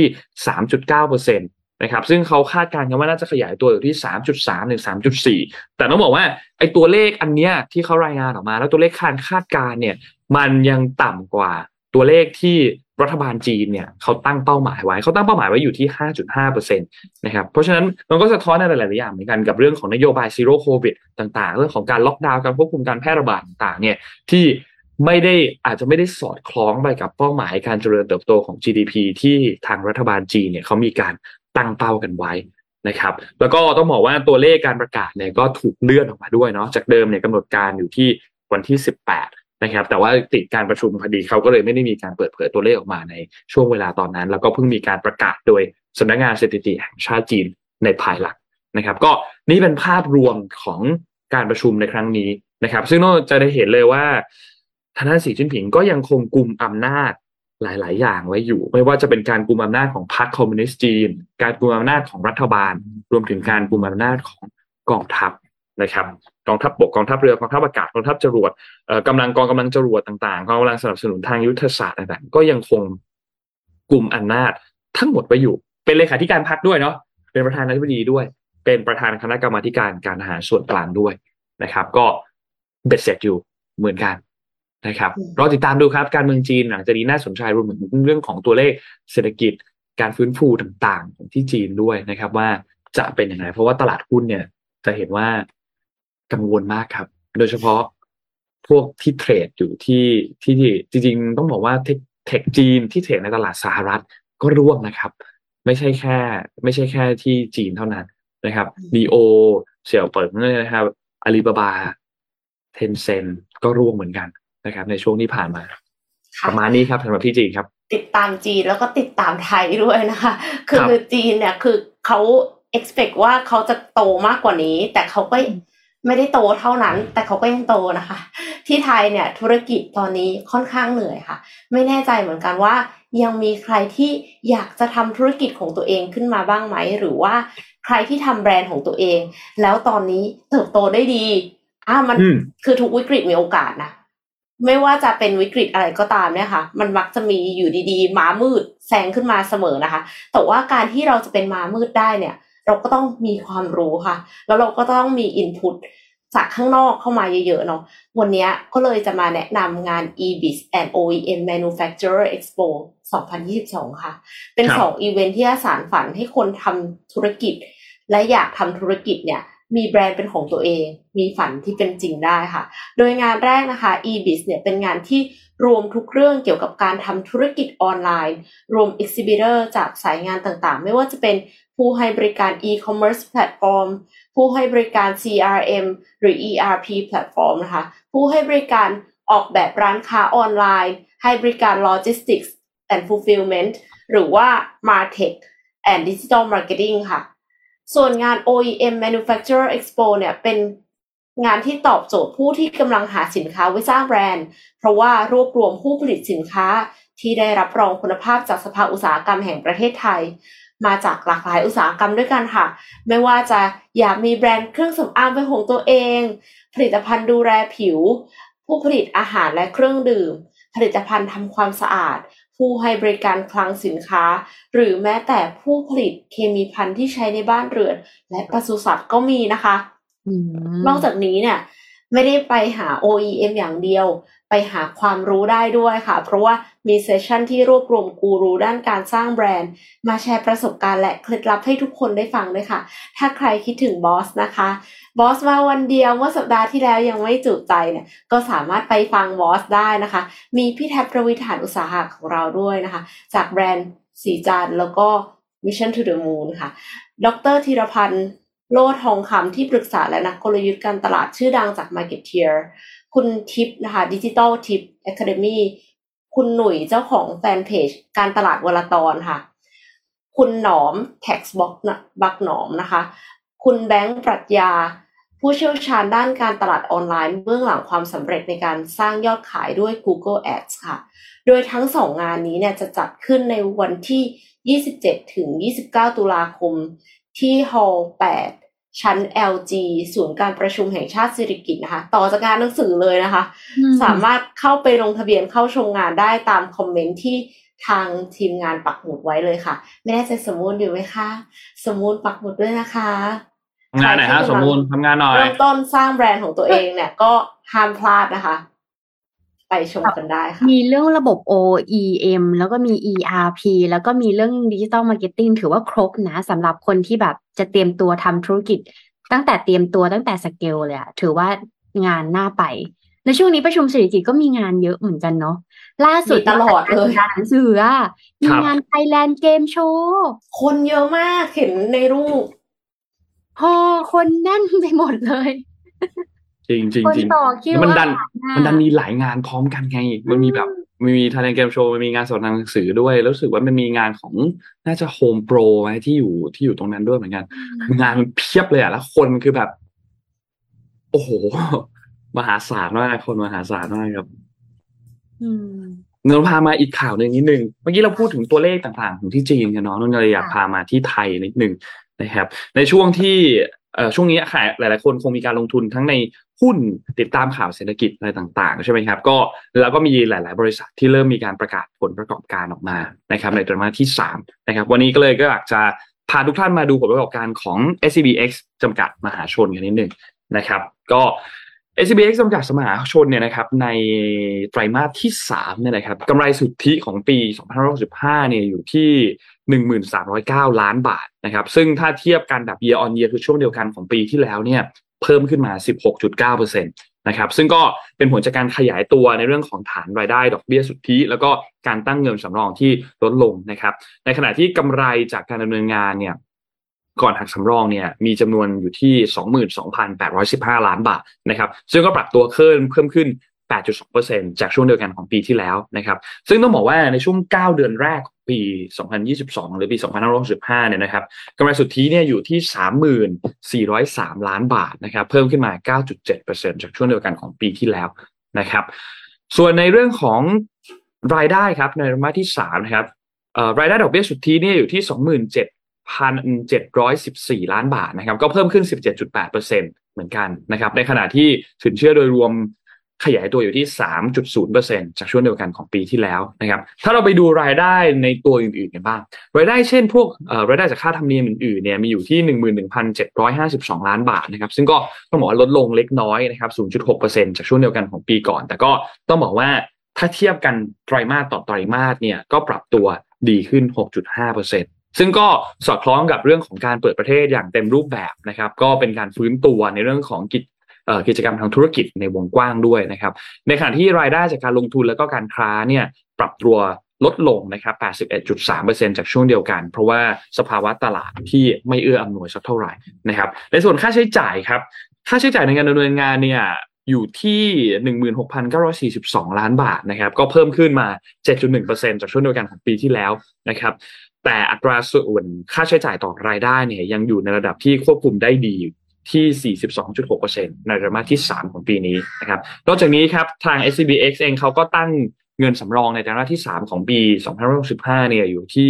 3.9% นะครับซึ่งเขาคาดการณ์กันว่าน่าจะขยายตัวอยู่ที่ 3.3 ถึง 3.4 แต่ต้องบอกว่าไอ้ตัวเลขอันเนี้ยที่เขารายงานออกมาแล้วตัวเลขคาดการณ์เนี่ยมันยังต่ำกว่าตัวเลขที่รัฐบาลจีนเนี่ยเขาตั้งเป้าหมายไว้อยู่ที่ 5.5% นะครับเพราะฉะนั้นมันก็สะท้อนในหลายๆอย่างเหมือนกันกับเรื่องของนโยบายซีโร่โควิดต่างๆเรื่องของการล็อกดาวน์การควบคุมการแพร่ระบาดต่างๆเนี่ยที่อาจจะไม่ได้สอดคล้องไปกับเป้าหมายการเจริญเติบโตของ GDP ที่ทางรัฐบาลจีนเนี่ยเขามีการตั้งเป้ากันไว้นะครับแล้วก็ต้องบอกว่าตัวเลขการประกาศเนี่ยก็ถูกเลื่อนออกมาด้วยเนาะจากเดิมเนี่ยกำหนดการอยู่ที่วันที่18นะครับแต่ว่าติดการประชุมพอดีเขาก็เลยไม่ได้มีการเปิดเผยตัวเลขออกมาในช่วงเวลาตอนนั้นแล้วก็เพิ่งมีการประกาศโดยสำนักงานสถิติแห่งชาติจีนในภายหลังนะครับก็นี่เป็นภาพรวมของการประชุมในครั้งนี้นะครับซึ่งเราจะได้เห็นเลยว่าทางด้านสีจิ้นผิงก็ยังคงกุมอำนาจหลายๆอย่างไว้อยู่ไม่ว่าจะเป็นการกุมอำนาจของพรรคคอมมิวนิสต์จีนการกุมอำนาจของรัฐบาลรวมถึงการกุมอำนาจของกองทัพนะครับกองทัพบกกองทัพเรือกองทัพอากาศกองทัพจรวดกำลังจรวดต่างๆกองกำลังสนับสนุนทางยุทธศาสตร์ต่างๆก็ยังคงกลุ่มอำนาจทั้งหมดไว้อยู่เป็นเลขาธิการพรรคด้วยเนาะเป็นประธานาธิบดีด้วยเป็นประธานคณะกรรมาธิการการทหารส่วนกลางด้วยนะครับก็เบ็ดเสร็จอยู่เหมือนกันนะครับรอติดตามดูครับการเมืองจีนหลังจากนี้น่าสนใจรวมถึงเรื่องของตัวเลขเศรษฐกิจการฟื้นฟูต่างๆของที่จีนด้วยนะครับว่าจะเป็นยังไงเพราะว่าตลาดหุ้นเนี่ยจะเห็นว่ากังวลมากครับโดยเฉพาะพวกที่เทรดอยู่ที่จริงๆต้องบอกว่าเทคจีนที่เทรดในตลาดสหรัฐก็ร่วงนะครับไม่ใช่แค่ที่จีนเท่านั้นนะครับBOเสี่ยวเปิงนะครับอาลีบาบาเทนเซ็นก็ร่วงเหมือนกันนะครับในช่วงที่ผ่านมาประมาณนี้ครับสำหรับที่จีนครับติดตามจีนแล้วก็ติดตามไทยด้วยนะคะคือจีนเนี่ยคือเขา expect ว่าเขาจะโตมากกว่านี้แต่เขาก็ไม่ได้โตเท่านั้นแต่เขาก็ยังโตนะคะที่ไทยเนี่ยธุรกิจตอนนี้ค่อนข้างเหนื่อยค่ะไม่แน่ใจเหมือนกันว่ายังมีใครที่อยากจะทำธุรกิจของตัวเองขึ้นมาบ้างไหมหรือว่าใครที่ทำแบรนด์ของตัวเองแล้วตอนนี้เติบโตได้ดีมันคือทุกวิกฤตมีโอกาสนะไม่ว่าจะเป็นวิกฤตอะไรก็ตามเนี่ยค่ะมันมักจะมีอยู่ดีๆม้ามืดแซงขึ้นมาเสมอนะคะแต่ว่าการที่เราจะเป็นม้ามืดได้เนี่ยเราก็ต้องมีความรู้ค่ะแล้วเราก็ต้องมีอินพุตจากข้างนอกเข้ามาเยอะๆเนาะวันนี้ก็เลยจะมาแนะนำงาน EBIS and OEM Manufacturer Expo 2022 ค่ะเป็น2อีเวนท์ที่สานฝันให้คนทำธุรกิจและอยากทำธุรกิจเนี่ยมีแบรนด์เป็นของตัวเองมีฝันที่เป็นจริงได้ค่ะโดยงานแรกนะคะ EBIS เนี่ยเป็นงานที่รวมทุกเรื่องเกี่ยวกับการทำธุรกิจออนไลน์รวม exhibitor จากสายงานต่างๆไม่ว่าจะเป็นผู้ให้บริการ e-commerce platform ผู้ให้บริการ CRM หรือ ERP platform นะคะผู้ให้บริการออกแบบร้านค้าออนไลน์ให้บริการ logistics and fulfillment หรือว่า martech and digital marketing ค่ะส่วนงาน OEM Manufacturer Expo เนี่ยเป็นงานที่ตอบโจทย์ผู้ที่กำลังหาสินค้าไว้สร้างแบรนด์เพราะว่ารวบรวมผู้ผลิตสินค้าที่ได้รับรองคุณภาพจากสภาอุตสาหกรรมแห่งประเทศไทยมาจากหลากหลายอุตสาหกรรมด้วยกันค่ะไม่ว่าจะอยากมีแบรนด์เครื่องสำอางเป็นของตัวเองผลิตภัณฑ์ดูแลผิวผู้ผลิตอาหารและเครื่องดื่มผลิตภัณฑ์ทำความสะอาดผู้ให้บริการคลังสินค้าหรือแม้แต่ผู้ผลิตเคมีภัณฑ์ที่ใช้ในบ้านเรือนและปศุสัตว์ก็มีนะคะนอกจากนี้เนี่ยไม่ได้ไปหา OEM อย่างเดียวไปหาความรู้ได้ด้วยค่ะเพราะว่ามีเซสชั่นที่รวบรวมกูรูด้านการสร้างแบรนด์มาแชร์ประสบการณ์และเคล็ดลับให้ทุกคนได้ฟังด้วยค่ะถ้าใครคิดถึงบอสนะคะบอสมาวันเดียวเมื่อสัปดาห์ที่แล้วยังไม่จุใจเนี่ยก็สามารถไปฟังบอสได้นะคะมีพี่แท็บประวิธานอุตสาหะของเราด้วยนะคะจากแบรนด์สีจันทร์แล้วก็ Mission to the Moon ค่ะดร.ธีรพันธ์โลทองคำที่ปรึกษาและนักกลยุทธ์การตลาดชื่อดังจาก Marketeer คุณทิพย์นะคะ Digital Tip Academy คุณหนุ่ยเจ้าของแฟนเพจการตลาดวลตอนค่ะคุณหนอม Tax Box หนอมนะคะคุณแบงค์ปรัชญาผู้เชี่ยวชาญด้านการตลาดออนไลน์เบื้องหลังความสำเร็จในการสร้างยอดขายด้วย Google Ads ค่ะโดยทั้ง2งานนี้เนี่ยจะจัดขึ้นในวันที่27ถึง29ตุลาคมที่ฮอลล์8ชั้น LG ศูนย์การประชุมแห่งชาติสิริกิติ์นะคะต่อจากงานหนังสือเลยนะคะสามารถเข้าไปลงทะเบียนเข้าชมงานได้ตามคอมเมนต์ที่ทางทีมงานปักหมุดไว้เลยค่ะไม่แน่ใจสมมูลอยู่ไหมคะสมมูลปักหมุดด้วยนะคะงานไหนฮะสมมูลทำงานหน่อยเริ่มต้นสร้างแบรนด์ของตัวเองเนี่ยก็ห้ามพลาดนะคะไปชมกันได้ค่ะมีเรื่องระบบ OEM แล้วก็มี ERP แล้วก็มีเรื่อง Digital Marketing ถือว่าครบนะสำหรับคนที่แบบจะเตรียมตัวทำธุรกิจตั้งแต่เตรียมตัวตั้งแต่สเกลเลยอะถือว่างานน่าไปในช่วงนี้ประชุมเศรษฐกิจก็มีงานเยอะเหมือนกันเนาะล่าสุดตลอดเลยงานหนังสือมีงาน Thailand Game Show คนเยอะมากเห็นในรูปคนแน่นไปหมดเลยจริงจริงจริงมันดันมีหลายงานพร้อมกันไงมันมีแบบมี Thailand Game Show มันมีงานสอนหนังสือด้วยแล้วรู้สึกว่ามันมีงานของน่าจะ Home Pro ไหมที่อยู่ตรงนั้นด้วยเหมือนกันงานมันเพียบเลยแล้วคนคือแบบโอ้โหมหาศาลมากคนมหาศาลมากครับเงินพามาอีกข่าวหนึ่งนิดนึงเมื่อกี้เราพูดถึงตัวเลขต่างๆของที่จีนกันเนาะเราอยากพามาที่ไทยนิดนึงนะครับในช่วงที่ช่วงนี้หลายๆคนคงมีการลงทุนทั้งในหุ้นติดตามข่าวเศรษฐกิจอะไรต่างๆใช่ไหมครับก็แล้วก็มีหลายๆบริษัทที่เริ่มมีการประกาศผลประกอบการออกมานะครับในไตรมาสที่3นะครับวันนี้ก็อยากจะพาทุกท่านมาดูผลประกอบการของ SCBX จำกัดมหาชนกันนิดนึงนะครับก็ SCBX จำกัดมหาชนเนี่ยนะครับในไตรมาสที่3เนี่ยนะครับกำไรสุทธิของปี2565เนี่ยอยู่ที่ 1309 ล้านบาทนะครับซึ่งถ้าเทียบกันแบบ year on year คือช่วงเดียวกันของปีที่แล้วเนี่ยเพิ่มขึ้นมา 16.9% นะครับซึ่งก็เป็นผลจากการขยายตัวในเรื่องของฐานรายได้ดอกเบี้ยสุทธิแล้วก็การตั้งเงินสำรองที่ลดลงนะครับในขณะที่กำไรจากการดำเนินงานเนี่ยก่อนหักสำรองเนี่ยมีจำนวนอยู่ที่ 22,815 ล้านบาทนะครับซึ่งก็ปรับตัวเพิ่มขึ้น 8.2% จากช่วงเดียวกันของปีที่แล้วนะครับซึ่งต้องบอกว่าในช่วง9เดือนแรกของปี2022หรือปี2565เนี่ยนะครับกำไรสุทธิเนี่ยอยู่ที่ 34,03 ล้านบาทนะครับเพิ่มขึ้นมา 9.7% จากช่วงเดียวกันของปีที่แล้วนะครับส่วนในเรื่องของรายได้ครับในไตรมาสที่3นะครับรายได้ดอกเบี้ยสุทธิเนี่ยอยู่ที่ 1,714 ล้านบาทนะครับก็เพิ่มขึ้น 17.8% เหมือนกันนะครับในขณะที่สินเชื่อโดยรวมขยายตัวอยู่ที่ 3.0% จากช่วงเดียวกันของปีที่แล้วนะครับถ้าเราไปดูรายได้ในตัวอื่นๆกันบ้างรายได้เช่นพวกรายได้จากค่าธรรมเนียมอื่นๆเนี่ยมีอยู่ที่ 11,752 ล้านบาทนะครับซึ่งก็ต้องบอกว่าลดลงเล็กน้อยนะครับ 0.6% จากช่วงเดียวกันของปีก่อนแต่ก็ต้องบอกว่าถ้าเทียบกันไตรมาสต่อไตรมาสเนี่ยก็ปรับตัวดีขึ้น 6.5%ซึ่งก็สอดคล้องกับเรื่องของการเปิดประเทศอย่างเต็มรูปแบบนะครับก็เป็นการฟื้นตัวในเรื่องของกิจกรรมทางธุรกิจในวงกว้างด้วยนะครับในขณะที่รายได้จากการลงทุนแล้วก็การค้าเนี่ยปรับตัวลดลงนะครับ 81.3% จากช่วงเดียวกันเพราะว่าสภาวะตลาดที่ไม่เอื้ออำนวยสักเท่าไหร่นะครับในส่วนค่าใช้จ่ายครับค่าใช้จ่ายในการดำเนินงานเนี่ยอยู่ที่ 16,942 ล้านบาทนะครับก็เพิ่มขึ้นมา 7.1% จากช่วงเดียวกันของปีที่แล้วนะครับแต่อัตราส่วนค่าใช้จ่ายต่อรายได้เนี่ยยังอยู่ในระดับที่ควบคุมได้ดีที่ 42.6% ในไตรมาสที่3ของปีนี้นะครับนอกจากนี้ครับทาง SCBX เองเขาก็ตั้งเงินสำรองในไตรมาสที่3ของปี2565เนี่ยอยู่ที่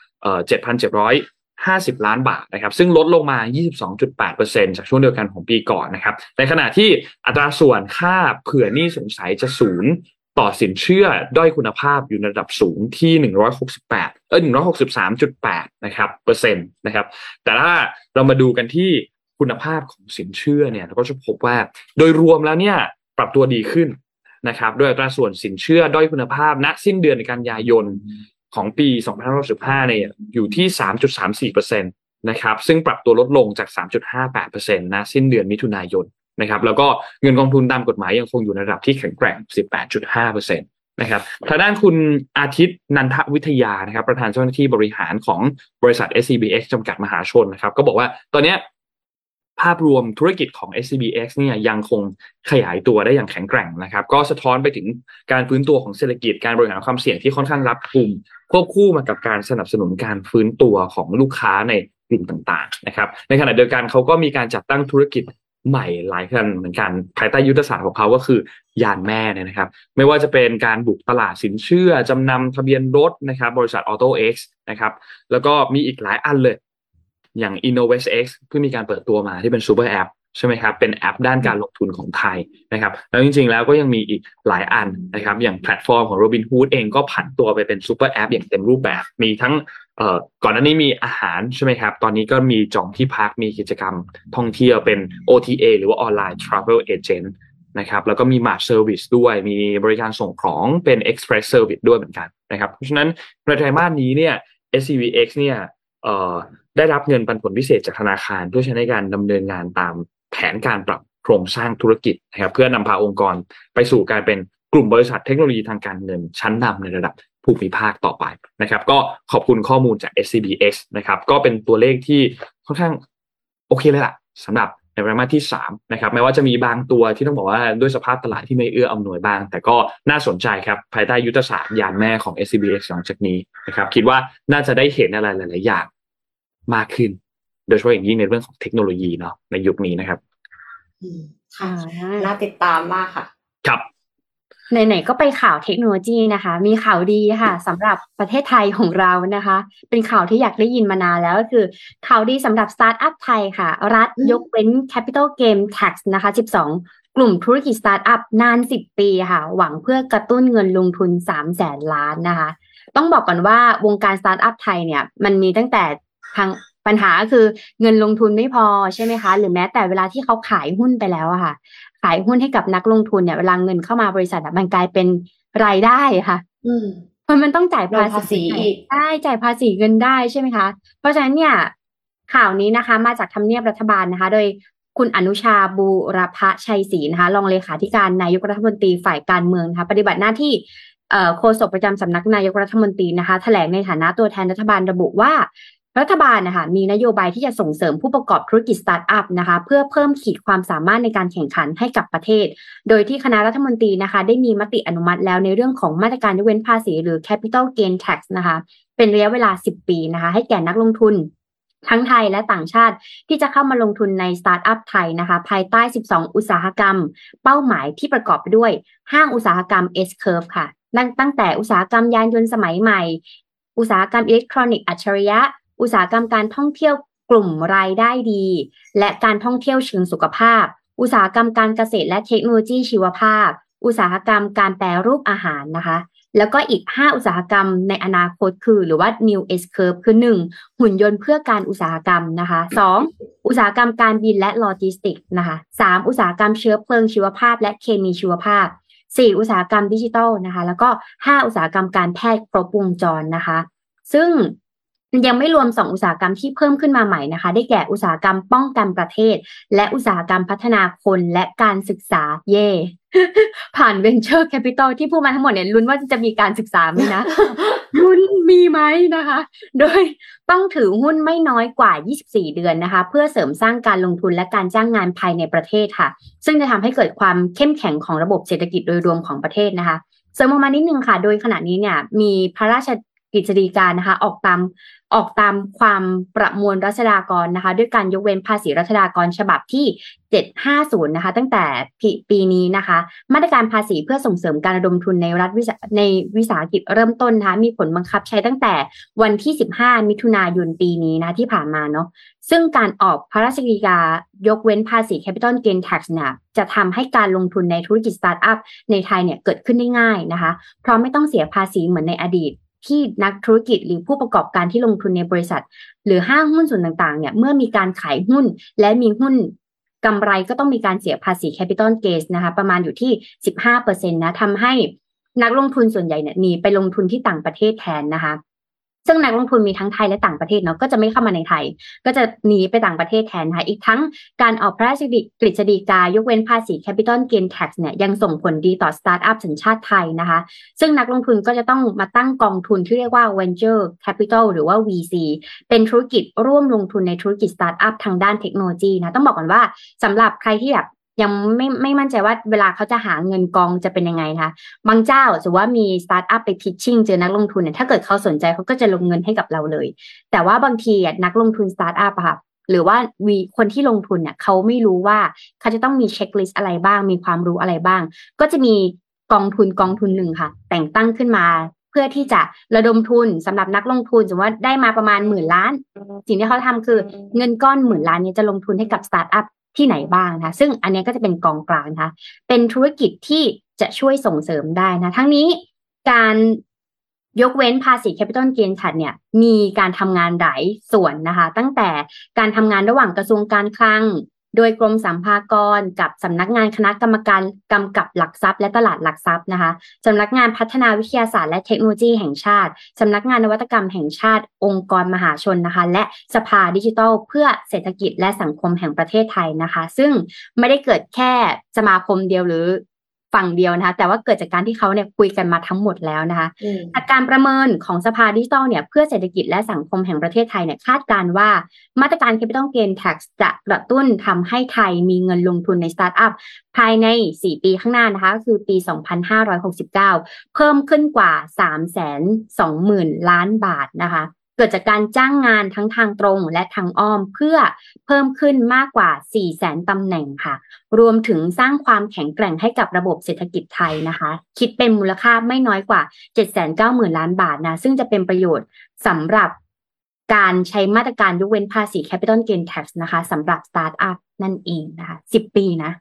7,750 ล้านบาทนะครับซึ่งลดลงมา 22.8% จากช่วงเดียวกันของปีก่อนนะครับในขณะที่อัตราส่วนค่าเผื่อหนี้สงสัยจะศูนย์ต่อสินเชื่อด้อยคุณภาพอยู่ในระดับสูงที่163.8นะครับเปอร์เซ็นต์นะครับแต่ถ้าเรามาดูกันที่คุณภาพของสินเชื่อเนี่ยเราก็จะพบว่าโดยรวมแล้วเนี่ยปรับตัวดีขึ้นนะครับโดยอัตราส่วนสินเชื่อด้อยคุณภาพณสิ้นเดือนกันยายนของปี2565เนี่ยอยู่ที่ 3.34% นะครับซึ่งปรับตัวลดลงจาก 3.58% ณสิ้นเดือนมิถุนายนนะครับแล้วก็เงินกองทุนตามกฎหมายยังคงอยู่ในระดับที่แข็งแกร่ง 18.5% นะครับทางด้านคุณอาทิตย์นันทวิทยานะครับประธานเจ้าหน้าที่บริหารของบริษัท SCBX จำกัดมหาชนนะครับก็บอกว่าตอนนี้ภาพรวมธุรกิจของ SCBX เนี่ยยังคงขยายตัวได้อย่างแข็งแกร่งนะครับก็สะท้อนไปถึงการฟื้นตัวของเศรษฐกิจการบริหารความเสี่ยงที่ค่อนข้างรัดกุมควบคู่มากับการสนับสนุนการฟื้นตัวของลูกค้าในกลุ่มต่างๆนะครับในขณะเดียวกันเขาก็มีการจัดตั้งธุรกิจใหม่หลายคันเหมือนกันภายใต้ยุทธศาสตร์ของเขาก็คือยานแม่เนี่ยนะครับไม่ว่าจะเป็นการบุกตลาดสินเชื่อจำนำทะเบียนรถนะครับบริษัท AutoX นะครับแล้วก็มีอีกหลายอันเลยอย่าง InnovestX เพิ่งมีการเปิดตัวมาที่เป็นซูเปอร์แอปใช่ไหมครับเป็นแอปด้านการลงทุนของไทยนะครับแล้วจริงๆแล้วก็ยังมีอีกหลายอันนะครับอย่างแพลตฟอร์มของ Robinhood เองก็ผันตัวไปเป็นซูเปอร์แอปอย่างเต็มรูปแบบมีทั้งก่อนหน้านี้มีอาหารใช่ไหมครับตอนนี้ก็มีจองที่พักมีกิจกรรมท่องเที่ยวเป็น OTA หรือว่า Online Travel Agent นะครับแล้วก็มี Mart Service ด้วยมีบริการส่งของเป็น Express Service ด้วยเหมือนกันนะครับเพราะฉะนั้นในไตรมาสนี้เนี่ย SCBX เนี่ยได้รับเงินปันผลพิเศษจากธนาคารเพื่อใช้ในการดำเนินงานตามแผนการปรับโครงสร้างธุรกิจนะครับเพื่อนำพาองค์กรไปสู่การเป็นกลุ่มบริษัทเทคโนโลยีทางการเงินชั้นนำในระดับภูมิภาคต่อไปนะครับก็ขอบคุณข้อมูลจาก SCBX นะครับก็เป็นตัวเลขที่ค่อนข้างโอเคเลยล่ะสำหรับในไตรมาสที่3นะครับแม้ว่าจะมีบางตัวที่ต้องบอกว่าด้วยสภาพตลาดที่ไม่เอื้ออำนวยบ้างแต่ก็น่าสนใจครับภายใต้ยุทธศาสตร์ยานแม่ของ SCBX หลังจากนี้นะครับคิดว่าน่าจะได้เห็นอะไรหลายๆอย่างมากขึ้นโดยเฉพาะอย่างยิ่งในเรื่องของเทคโนโลยีเนาะในยุคนี้นะครับค่ะน่าติดตามมากค่ะครับไหนๆก็ไปข่าวเทคโนโลยีนะคะมีข่าวดีค่ะสำหรับประเทศไทยของเรานะคะเป็นข่าวที่อยากได้ยินมานานแล้วก็คือข่าวดีสำหรับสตาร์ทอัพไทยค่ะรัฐยกเว้น Capital Gain Tax นะคะ12กลุ่มธุรกิจสตาร์ทอัพนาน10ปีค่ะหวังเพื่อกระตุ้นเงินลงทุน300,000 ล้านนะคะต้องบอกก่อนว่าวงการสตาร์ทอัพไทยเนี่ยมันมีตั้งแต่ทางปัญหาคือเงินลงทุนไม่พอใช่ไหมคะหรือแม้แต่เวลาที่เขาขายหุ้นไปแล้วอะค่ะขายหุ้นให้กับนักลงทุนเนี่ยเวลาเงินเข้ามาบริษัทมันกลายเป็นรายได้ค่ะเพราะมันต้องจ่ายภาษีอีกได้จ่ายภาษีเงินได้ใช่ไหมคะเพราะฉะนั้นเนี่ยข่าวนี้นะคะมาจากทำเนียบรัฐบาลนะคะโดยคุณอนุชาบูรพชัยศรีนะคะรองเลขาธิการนายกรัฐมนตรีฝ่ายการเมืองนะคะปฏิบัติหน้าที่โฆษกประจำสำนักนายกรัฐมนตรีนะคะแถลงในฐานะตัวแทนรัฐบาลระบุว่ารัฐบาลนะคะมีนโยบายที่จะส่งเสริมผู้ประกอบธุรกิจสตาร์ทอัพนะคะเพื่อเพิ่มขีดความสามารถในการแข่งขันให้กับประเทศโดยที่คณะรัฐมนตรีนะคะได้มีมติอนุมัติแล้วในเรื่องของมาตรการยกเว้นภาษีหรือ Capital Gain Tax นะคะเป็นระยะเวลา10ปีนะคะให้แก่นักลงทุนทั้งไทยและต่างชาติที่จะเข้ามาลงทุนในสตาร์ทอัพไทยนะคะภายใต้12อุตสาหกรรมเป้าหมายที่ประกอบไปด้วย5อุตสาหกรรม S-curve ค่ะตั้งแต่อุตสาหกรรมยานยนต์สมัยใหม่อุตสาหกรรมอิเล็กทรอนิกส์อัจฉริยะอุตสาหกรรมการท่องเที่ยวกลุ่มรายได้ดีและการท่องเที่ยวเชิงสุขภาพอุตสาหกรรมการเกษตรและเทคโนโลยีชีวภาพอุตสาหกรรมการแปรรูปอาหารนะคะแล้วก็อีก5อุตสาหกรรมในอนาคตคือหรือว่า New S-curve คือ1หุ่นยนต์เพื่อการอุตสาหกรรมนะคะ2อุตสาหกรรมการบินและโลจิสติกส์นะคะ3อุตสาหกรรมเชื้อเพลิงชีวภาพและเคมีชีวภาพ4อุตสาหกรรมดิจิทัลนะคะแล้วก็5อุตสาหกรรมการแพทย์ครบวงจรนะคะซึ่งยังไม่รวม2อุตสาหกรรมที่เพิ่มขึ้นมาใหม่นะคะได้แก่อุตสาหกรรมป้องกันประเทศและอุตสาหกรรมพัฒนาคนและการศึกษาเย่ ผ่าน Venture Capital ที่พูดมาทั้งหมดเนี่ยลุ้นว่าจะมีการศึกษาไหมนะ ลุ้นมีไหมนะคะโดยต้องถือหุ้นไม่น้อยกว่า24เดือนนะคะเพื่อเสริมสร้างการลงทุนและการจ้างงานภายในประเทศค่ะซึ่งจะทำให้เกิดความเข้มแข็งของระบบเศรษฐกิจโดยรวมของประเทศนะคะเสริมมานิดนึงค่ะโดยขณะนี้เนี่ยมีพระราชกฤษฎีกานะคะออกตามความประมวลรัษฎากรนะคะด้วยการยกเว้นภาษีรัษฎากรฉบับที่750นะคะตั้งแต่ปีนี้นะคะมาตรการภาษีเพื่อส่งเสริมการระดมทุนในวิสาหกิจเริ่มต้นนะคะมีผลบังคับใช้ตั้งแต่วันที่15มิถุนายนปีนี้นะที่ผ่านมาเนาะซึ่งการออกพระราชกฤษฎีกายกเว้นภาษี Capital Gain Tax เนี่ยจะทำให้การลงทุนในธุรกิจสตาร์ทอัพในไทยเนี่ยเกิดขึ้นได้ง่ายนะคะเพราะไม่ต้องเสียภาษีเหมือนในอดีตที่นักธุรกิจหรือผู้ประกอบการที่ลงทุนในบริษัทหรือห้างหุ้นส่วนต่างๆเนี่ยเมื่อมีการขายหุ้นและมีหุ้นกำไรก็ต้องมีการเสียภาษี Capital Gain นะคะประมาณอยู่ที่ 15% นะทำให้นักลงทุนส่วนใหญ่เนี่ยหนีไปลงทุนที่ต่างประเทศแทนนะคะซึ่งนักลงทุนมีทั้งไทยและต่างประเทศเนาะก็จะไม่เข้ามาในไทยก็จะหนีไปต่างประเทศแทนนะคะอีกทั้งการออกพระราชกฤษฎีกายกเว้นภาษี Capital Gain Tax เนี่ยยังส่งผลดีต่อสตาร์ทอัพสัญชาติไทยนะคะซึ่งนักลงทุนก็จะต้องมาตั้งกองทุนที่เรียกว่า Venture Capital หรือว่า VC เป็นธุรกิจร่วมลงทุนในธุรกิจสตาร์ทอัพทางด้านเทคโนโลยีนะต้องบอกก่อนว่าสำหรับใครที่แบบยังไม่มั่นใจว่าเวลาเขาจะหาเงินกองจะเป็นยังไงนะคะบางเจ้าสมมติว่ามีสตาร์ทอัพไปพิชชิ่งเจอนักลงทุนเนี่ยถ้าเกิดเขาสนใจเขาก็จะลงเงินให้กับเราเลยแต่ว่าบางทีนักลงทุนสตาร์ทอัพอะค่ะหรือว่าคนที่ลงทุนเนี่ยเขาไม่รู้ว่าเขาจะต้องมีเช็คลิสต์อะไรบ้างมีความรู้อะไรบ้างก็จะมีกองทุนหนึ่งค่ะแต่งตั้งขึ้นมาเพื่อที่จะระดมทุนสำหรับนักลงทุนสมมติว่าได้มาประมาณ10,000 ล้านสิ่งที่เขาทำคือเงินก้อน10,000 ล้านนี้จะลงทุนให้กับสตาร์ทอัพที่ไหนบ้างนะคะซึ่งอันนี้ก็จะเป็นกองกลางนะคะเป็นธุรกิจที่จะช่วยส่งเสริมได้นะทั้งนี้การยกเว้นภาษี Capital Gain Tax เนี่ยมีการทำงานหลายส่วนนะคะตั้งแต่การทำงานระหว่างกระทรวงการคลังโดยกรมสรรพากรกับสำนักงานคณะกรรมการกำกับหลักทรัพย์และตลาดหลักทรัพย์นะคะสำนักงานพัฒนาวิทยาศาสตร์และเทคโนโลยีแห่งชาติสำนักงานนวัตกรรมแห่งชาติองค์กรมหาชนนะคะและสภาดิจิทัลเพื่อเศรษฐกิจและสังคมแห่งประเทศไทยนะคะซึ่งไม่ได้เกิดแค่สมาคมเดียวหรือฝั่งเดียวนะคะแต่ว่าเกิดจากการที่เขาเนี่ยคุยกันมาทั้งหมดแล้วนะคะจากการประเมินของสภาดิจิทัลเนี่ยเพื่อเศรษฐกิจและสังคมแห่งประเทศไทยเนี่ยคาดการณ์ว่ามาตรการ Capital Gain Tax จะกระตุ้นทำให้ไทยมีเงินลงทุนในสตาร์ทอัพภายใน4ปีข้างหน้านะคะก็คือปี2569เพิ่มขึ้นกว่า320,000 ล้านบาทนะคะกิดจากการจ้างงานทั้งทางตรงและทางอ้อมเพื่อเพิ่มขึ้นมากกว่า 400,000 ตำแหน่งค่ะรวมถึงสร้างความแข็งแกร่งให้กับระบบเศรษฐกิจไทยนะคะคิดเป็นมูลค่าไม่น้อยกว่า 790,000 ล้านบาทนะซึ่งจะเป็นประโยชน์สำหรับการใช้มาตรการยกเว้นภาษี Capital Gain Tax นะคะสำหรับสตาร์ทอัพนั่นเองนะคะ10 ปีนะ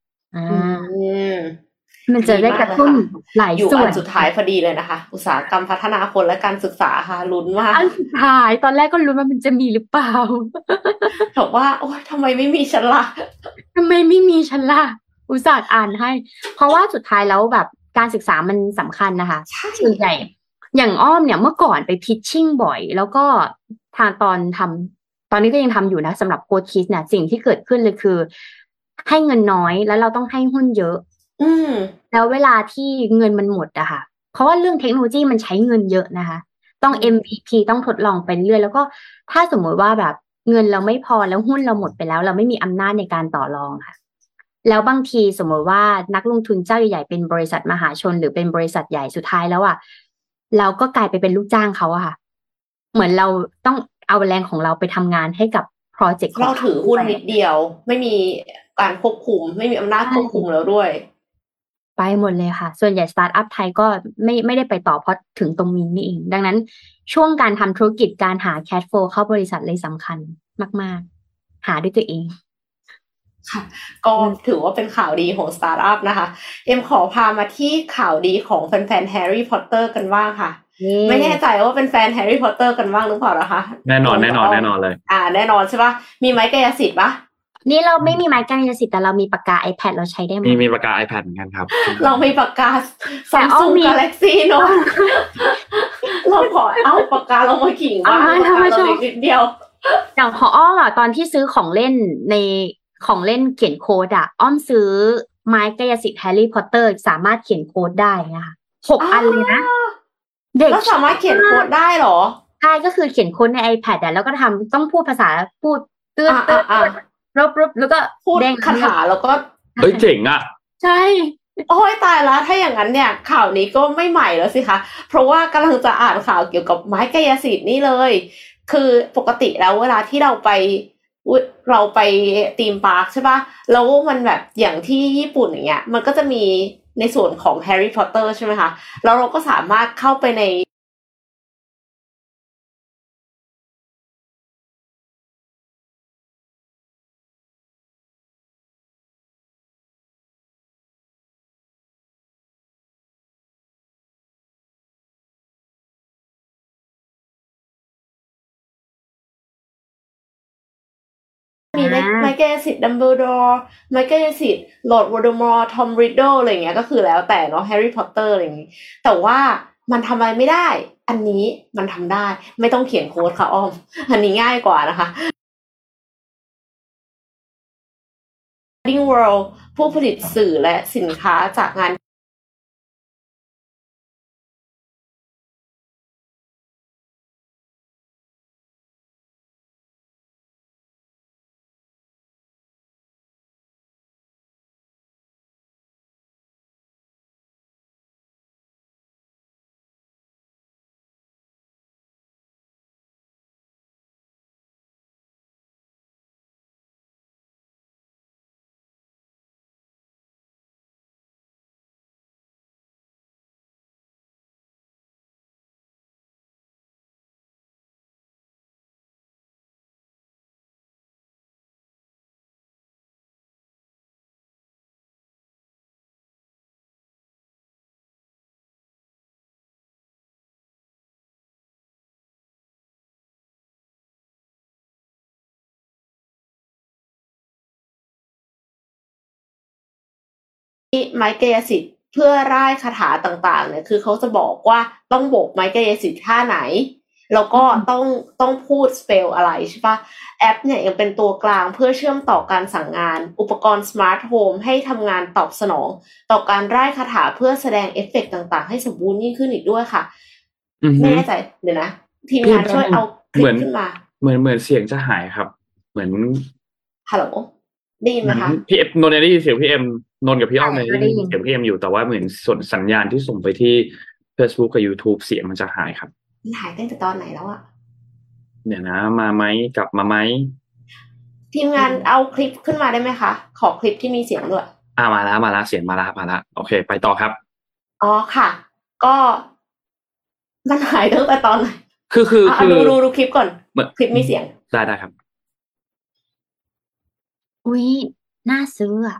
มันจะได้กระตุ้นหลายส่วนอยู่อันสุดท้ายพอดีเลยนะคะอุตสาหกรรมพัฒนาคนและการศึกษาค่ะลุ้นมากอันสุดท้ายตอนแรกก็ลุ้นว่ามันจะมีหรือเปล่าบอกว่าโอ๊ยทำไมไม่มีฉันล่ะทำไมไม่มีฉันล่ะอุตส่าห์อ่านให้เพราะว่าสุดท้ายแล้วแบบการศึกษามันสำคัญนะคะส่วนใหญ่อย่างอ้อมเนี่ยเมื่อก่อนไปพิชชิ่งบ่อยแล้วก็ทางตอนนี้ก็ยังทำอยู่นะสำหรับโค้ชคิสเนี่ยสิ่งที่เกิดขึ้นเลยคือให้เงินน้อยแล้วเราต้องให้หุ้นเยอะแล้วเวลาที่เงินมันหมดอะค่ะเพราะว่าเรื่องเทคโนโลยีมันใช้เงินเยอะนะคะต้อง MVP ต้องทดลองไปเรื่อยแล้วก็ถ้าสมมติว่าแบบเงินเราไม่พอแล้วหุ้นเราหมดไปแล้วเราไม่มีอำนาจในการต่อรองค่ะแล้วบางทีสมมติว่านักลงทุนเจ้าใหญ่ๆเป็นบริษัทมหาชนหรือเป็นบริษัทใหญ่สุดท้ายแล้วอะเราก็กลายไปเป็นลูกจ้างเขาอะค่ะเหมือนเราต้องเอาแรงของเราไปทำงานให้กับโปรเจกต์เราถือหุ้นนิดเดียวไม่มีการควบคุมไม่มีอำนาจควบคุมแล้วด้วยไปหมดเลยค่ะส่วนใหญ่สตาร์ทอัพไทยก็ไม่ได้ไปต่อเพราะถึงตรงนี้นี่เองดังนั้นช่วงการทำธุรกิจการหาแคชโฟลว์เข้าบริษัทเลยสำคัญมากๆหาด้วยตัวเองค่ะก็ถือว่าเป็นข่าวดีของสตาร์ทอัพนะคะเอ็มขอพามาที่ข่าวดีของแฟนๆแฮร์รี่พอตเตอร์กันบ้างค่ะไม่แน่ใจว่าเป็นแฟนแฮร์รี่พอตเตอร์กันบ้างหรือเปล่านะคะแน่นอนเลยแน่นอนใช่ปะมีไม้กายสิทธิ์ปะนี่เราไม่มีไม้กายสิทธิ์แต่เรามีปากกา iPad เราใช้ได้ไหมมีปากกา iPad เหมือนกันครับเรามีปากกา Samsung Galaxy เนาะเราขอเอาปากกาเรามาขิงว่าทำไมชอบนิดเดียวอย่างของอ้อมอ่ะตอนที่ซื้อของเล่นในของเล่นเขียนโค้ดอ่ะอ้อมซื้อไม้กายสิทธิ์แฮร์รี่พอตเตอร์สามารถเขียนโค้ดได้นะคะ6 อันเลยนะเด็กสามารถเขียนโค้ดได้หรอใช่ก็คือเขียนโค้ดใน iPad แล้วก็ต้องพูดภาษาพูดตื้อรบแล้วก็พูดคาถาแล้วก็เจ๋งอ่ะใช่โอ้ยตายแล้วถ้าอย่างนั้นเนี่ยข่าวนี้ก็ไม่ใหม่แล้วสิคะเพราะว่ากำลังจะอ่านข่าวเกี่ยวกับไม้กายสิทธิ์นี่เลยคือปกติแล้วเวลาที่เราไปธีมพาร์คใช่ป่ะแล้วมันแบบอย่างที่ญี่ปุ่นอย่างเงี้ยมันก็จะมีในส่วนของแฮร์รี่พอตเตอร์ใช่ไหมคะแล้วเราก็สามารถเข้าไปในมีไมเคิลสิทธิ์ดัมเบิลดอร์ไมเคิลสิทธิ์ลอร์ดวอลเดอมอร์ทอมริดเดิลอะไรอย่างเงี้ยก็คือแล้วแต่เนาะแฮร์รี่พอตเตอร์อะไรอย่างงี้แต่ว่ามันทำอะไรไม่ได้อันนี้มันทำได้ไม่ต้องเขียนโค้ดค่ะอ้อมอันนี้ง่ายกว่านะคะ Wizarding World ผู้ผลิตสื่อและสินค้าจากงานไม้กายสิทธิ์เพื่อร่ายคาถาต่างๆเนี่ยคือเขาจะบอกว่าต้องโบกไม้กายสิทธิ์ท่าไหนแล้วก็ต้องพูดสเปลอะไรใช่ปะแอปเนี่ยยังเป็นตัวกลางเพื่อเชื่อมต่อการสั่งงานอุปกรณ์สมาร์ทโฮมให้ทำงานตอบสนองต่อการร่ายคาถาเพื่อแสดงเอฟเฟกต์ต่างๆให้สมบูรณ์ยิ่งขึ้นอีกด้วยค่ะไม่แน่ใจเดี๋ยวนะทีมงานช่วยเอาคลิปขึ้นมาเหมือนเสียงจะหายครับเหมือนฮัลโหลได้ยินไหมคะพี่เอฟนนท์ได้ยินเสียงพี่เอ็มนนท์กับพี่อ้อมได้ยินเสียงพี่เอ็มอยู่แต่ว่าเหมือนส่วนสัญญาณที่ส่งไปที่ Facebook กับ YouTube เสียงมันจะหายครับมันหายตั้งแต่ตอนไหนแล้วอะเดี๋ยวนะมาไหมกลับมาไหมทีมงานเอาคลิปขึ้นมาได้ไหมคะขอคลิปที่มีเสียงด้วยมาแล้วเสียงมาแล้วโอเคไปต่อครับอ๋อค่ะก็มันหายตั้งแต่ตอนไหนคือดูคลิปก่อนคลิปมีเสียงได้ครับอุ๊ยน่าซื้ออ่ะ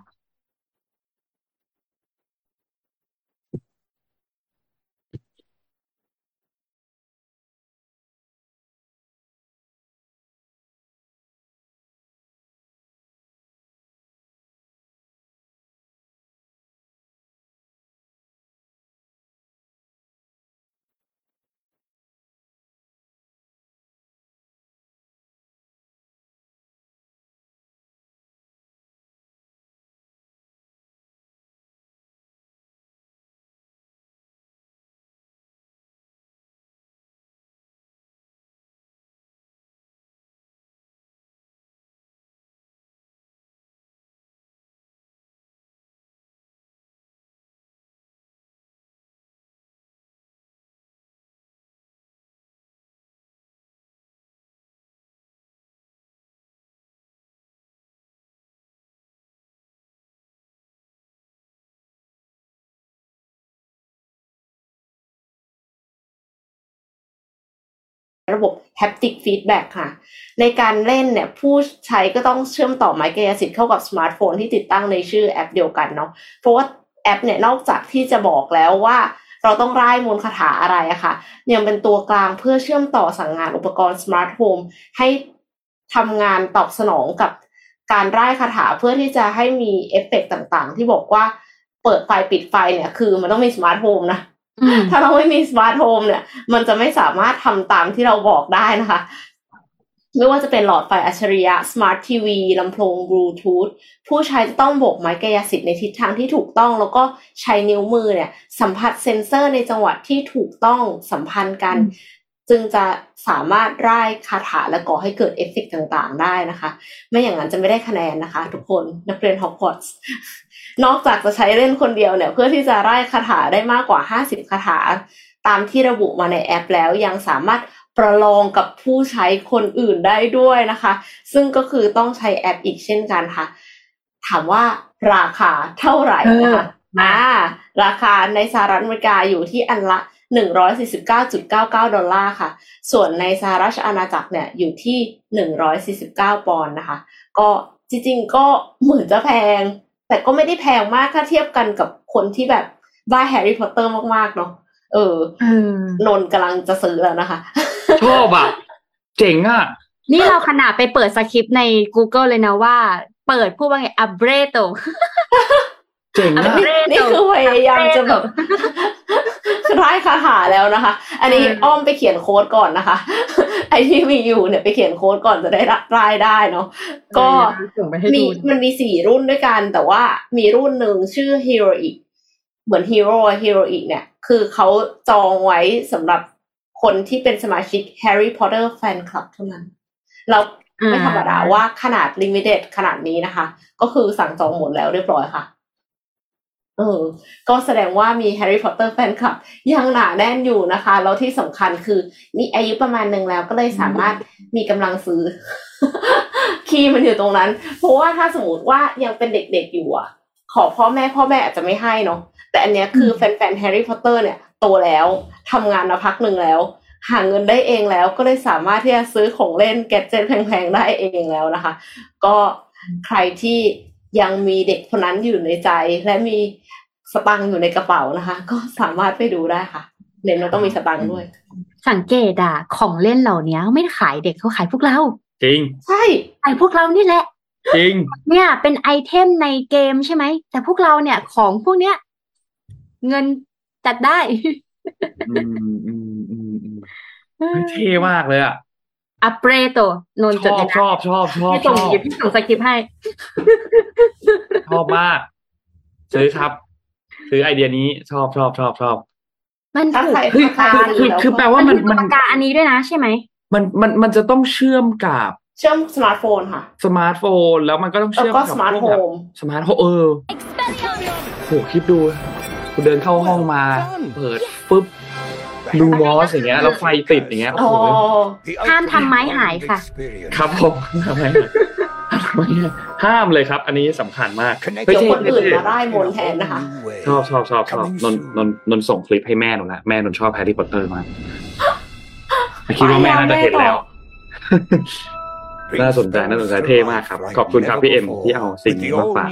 ระบบ haptic feedback ค่ะในการเล่นเนี่ยผู้ใช้ก็ต้องเชื่อมต่อไม้กายสิทธิ์เข้ากับสมาร์ทโฟนที่ติดตั้งในชื่อแอปเดียวกันเนาะเพราะว่าแอปเนี่ยนอกจากที่จะบอกแล้วว่าเราต้องร่ายมนต์คาถาอะไรอะค่ะยังเป็นตัวกลางเพื่อเชื่อมต่อสั่งงานอุปกรณ์สมาร์ทโฮมให้ทำงานตอบสนองกับการร่ายคาถาเพื่อที่จะให้มีเอฟเฟกต์ต่างๆที่บอกว่าเปิดไฟปิดไฟเนี่ยคือมันต้องมีสมาร์ทโฮมนะถ้าเราไม่มีสมาร์ทโฮมเนี่ยมันจะไม่สามารถทำตามที่เราบอกได้นะคะไม่ว่าจะเป็นหลอดไฟอัจฉริยะสมาร์ททีวีลำโพงบลูทูธผู้ใช้จะต้องโบกไม้กายสิทธิ์ในทิศทางที่ถูกต้องแล้วก็ใช้นิ้วมือเนี่ยสัมผัสเซ็นเซอร์ในจังหวะที่ถูกต้องสัมพันธ์กันจึงจะสามารถร่ายคาถาและก่อให้เกิดเอฟเฟกต์ต่างๆได้นะคะไม่อย่างนั้นจะไม่ได้คะแนนนะคะทุกคนนักเรียนฮอกวอตส์นอกจากจะใช้เล่นคนเดียวเนี่ยเพื่อที่จะร่ายคาถาได้มากกว่า50คาถาตามที่ระบุมาในแอปแล้วยังสามารถประลองกับผู้ใช้คนอื่นได้ด้วยนะคะซึ่งก็คือต้องใช้แอปอีกเช่นกันค่ะถามว่าราคาเท่าไหร่นะคะราคาในสหรัฐอเมริกาอยู่ที่อันละ$149.99ค่ะส่วนในสหราชอาณาจักรเนี่ยอยู่ที่149ปอนด์นะคะก็จริงๆก็เหมือนจะแพงแต่ก็ไม่ได้แพงมากถ้าเทียบกันกับคนที่แบบบ้าแฮร์รี่พอตเตอร์มากๆเนาะนนกำลังจะซื้อแล้วนะคะชอบอ่ะเจ๋งอ่ะนี่เราขนาดไปเปิดสคริปต์ใน Google เลยนะว่าเปิดพูดว่าไงอับเบรโตเจ๋งอ่ะนี่คือพยายามจะแบบร่ายคาถาแล้วนะคะอันนี้อ้อมไปเขียนโค้ดก่อนนะคะไอที่มีอยู่เนี่ยไปเขียนโค้ดก่อนจะได้ร่ายได้เนาะก็มันมี4รุ่นด้วยกันแต่ว่ามีรุ่นหนึ่งชื่อ Heroic เหมือน Heroic เนี่ยคือเขาจองไว้สำหรับคนที่เป็นสมาชิก Harry Potter Fan Club เท่านั้นแล้วไม่ธรรมดาว่าขนาด limited ขนาดนี้นะคะก็คือสั่งจองหมดแล้วเรียบร้อยค่ะก็แสดงว่ามี Harry Potter Fan Club ยังหนาแน่นอยู่นะคะแล้วที่สำคัญคือมีอายุประมาณนึงแล้วก็เลยสามารถมีกำลังซื้อ คีย์มันอยู่ตรงนั้นเพราะว่าถ้าสมมติว่ายังเป็นเด็กๆอยู่อ่ะขอพ่อแม่อาจจะไม่ให้เนาะแต่อันเนี้ยคือแฟนๆ Harry Potter เนี่ยโตแล้วทำงานมาพักนึงแล้วหาเงินได้เองแล้วก็เลยสามารถที่จะซื้อของเล่นแกดเจ็ตแพงๆได้เองแล้วนะคะก็ใครที่ยังมีเด็กคนนั้นอยู่ในใจและมีสตังค์อยู่ในกระเป๋านะคะก็สามารถไปดูได้ค่ะเน้นว่าต้องมีสตังค์ด้วยสังเกตอ่ะของเล่นเหล่านี้ไม่ขายเด็กเขาขายพวกเราจริงใช่ขายพวกเรานี่แหละจริงเนี่ยเป็นไอเทมในเกมใช่ไหมแต่พวกเราเนี่ยของพวกเนี้ยเงินจัดได้เท่มากเลยอ่ะอัปเปรโตนนจดเลยนะชอบพี่ส่งสคริปต์ให้ชอบมากซื้อครับซื้อไอเดียนี้ชอบมันคือแปลว่ามันการอันนี้ด้วยนะใช่ไหมมันจะต้องเชื่อมกับสมาร์ทโฟนค่ะสมาร์ทโฟนแล้วมันก็ต้องเชื่อมกับสมาร์ทโฮมโหคิดดูคุณเดินเข้าห้องมาเปิดปึ๊บดูมอสอย่างเงี้ยแล้วไฟติดอย่างเงี้ยโอ้โหห้ามทำไม้หายค่ะครับผมทำไมห้ามเลยครับอันนี้สำคัญมากเดี๋ยวคนอื่นมาได้มนแทนนะคะชอบนนส่งคลิปให้แม่หนูละแม่นนชอบแฮร์รี่พอตเตอร์มากคิดว่าแม่น่าจะเห็นแล้วน่าสนใจเท่มากครับขอบคุณครับพี่เอ็มที่เอาสิ่งนี้มาฝาก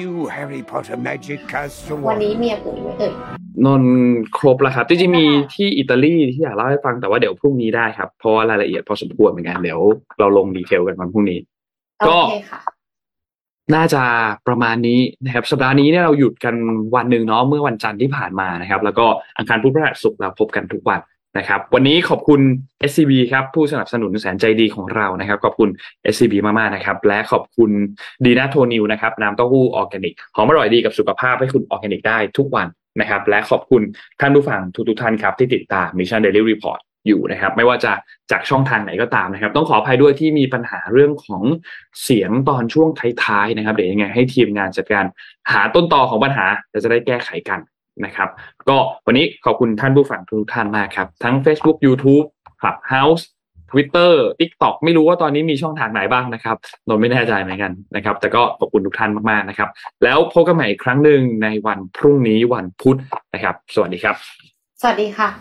วันนี้เมียปุ๋ยไหมนนครบแล้วครับจริงๆมีที่อิตาลีที่อยากเล่าให้ฟังแต่ว่าเดี๋ยวพรุ่งนี้ได้ครับเพราะว่ารายละเอียดพอสมควรเหมือนกันเดี๋ยวเราลงดีเทลกันวันพรุ่งนี้ก็น่าจะประมาณนี้นะครับสัปดาห์นี้เนี่ยเราหยุดกันวันนึงเนาะเมื่อวันจันทร์ที่ผ่านมานะครับแล้วก็อังคารพุธพฤหัสศุกร์เราพบกันทุกวันนะครับวันนี้ขอบคุณ SCB ครับผู้สนับสนุนแสนใจดีของเรานะครับขอบคุณ SCB มากๆนะครับและขอบคุณดีน่าโทนิวนะครับน้ำเต้าหู้ออร์แกนิกหอมอร่อยดีกับสุขภาพให้คุณออร์แกนิกได้ทุกวันนะครับและขอบคุณท่านผู้ฟังทุกท่านครับที่ติดตาม Mission Daily Report อยู่นะครับไม่ว่าจะจากช่องทางไหนก็ตามนะครับต้องขออภัยด้วยที่มีปัญหาเรื่องของเสียงตอนช่วงท้ายๆนะครับเดี๋ยวยังไงให้ทีมงานจัดการหาต้นตอของปัญหาจะได้แก้ไขกันนะครับก็วันนี้ขอบคุณท่านผู้ฟังทุกท่านมากครับทั้ง Facebook YouTube Clubhouse Twitter TikTok ไม่รู้ว่าตอนนี้มีช่องทางไหนบ้างนะครับนนไม่แน่ใจเหมือนกันนะครับแต่ก็ขอบคุณทุกท่านมากๆนะครับแล้วพบกันใหม่อีกครั้งนึงในวันพรุ่งนี้วันพุธนะครับสวัสดีครับสวัสดีค่ะ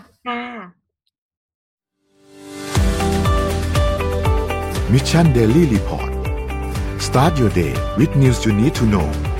Mission Daily Report Start your day with news you need to know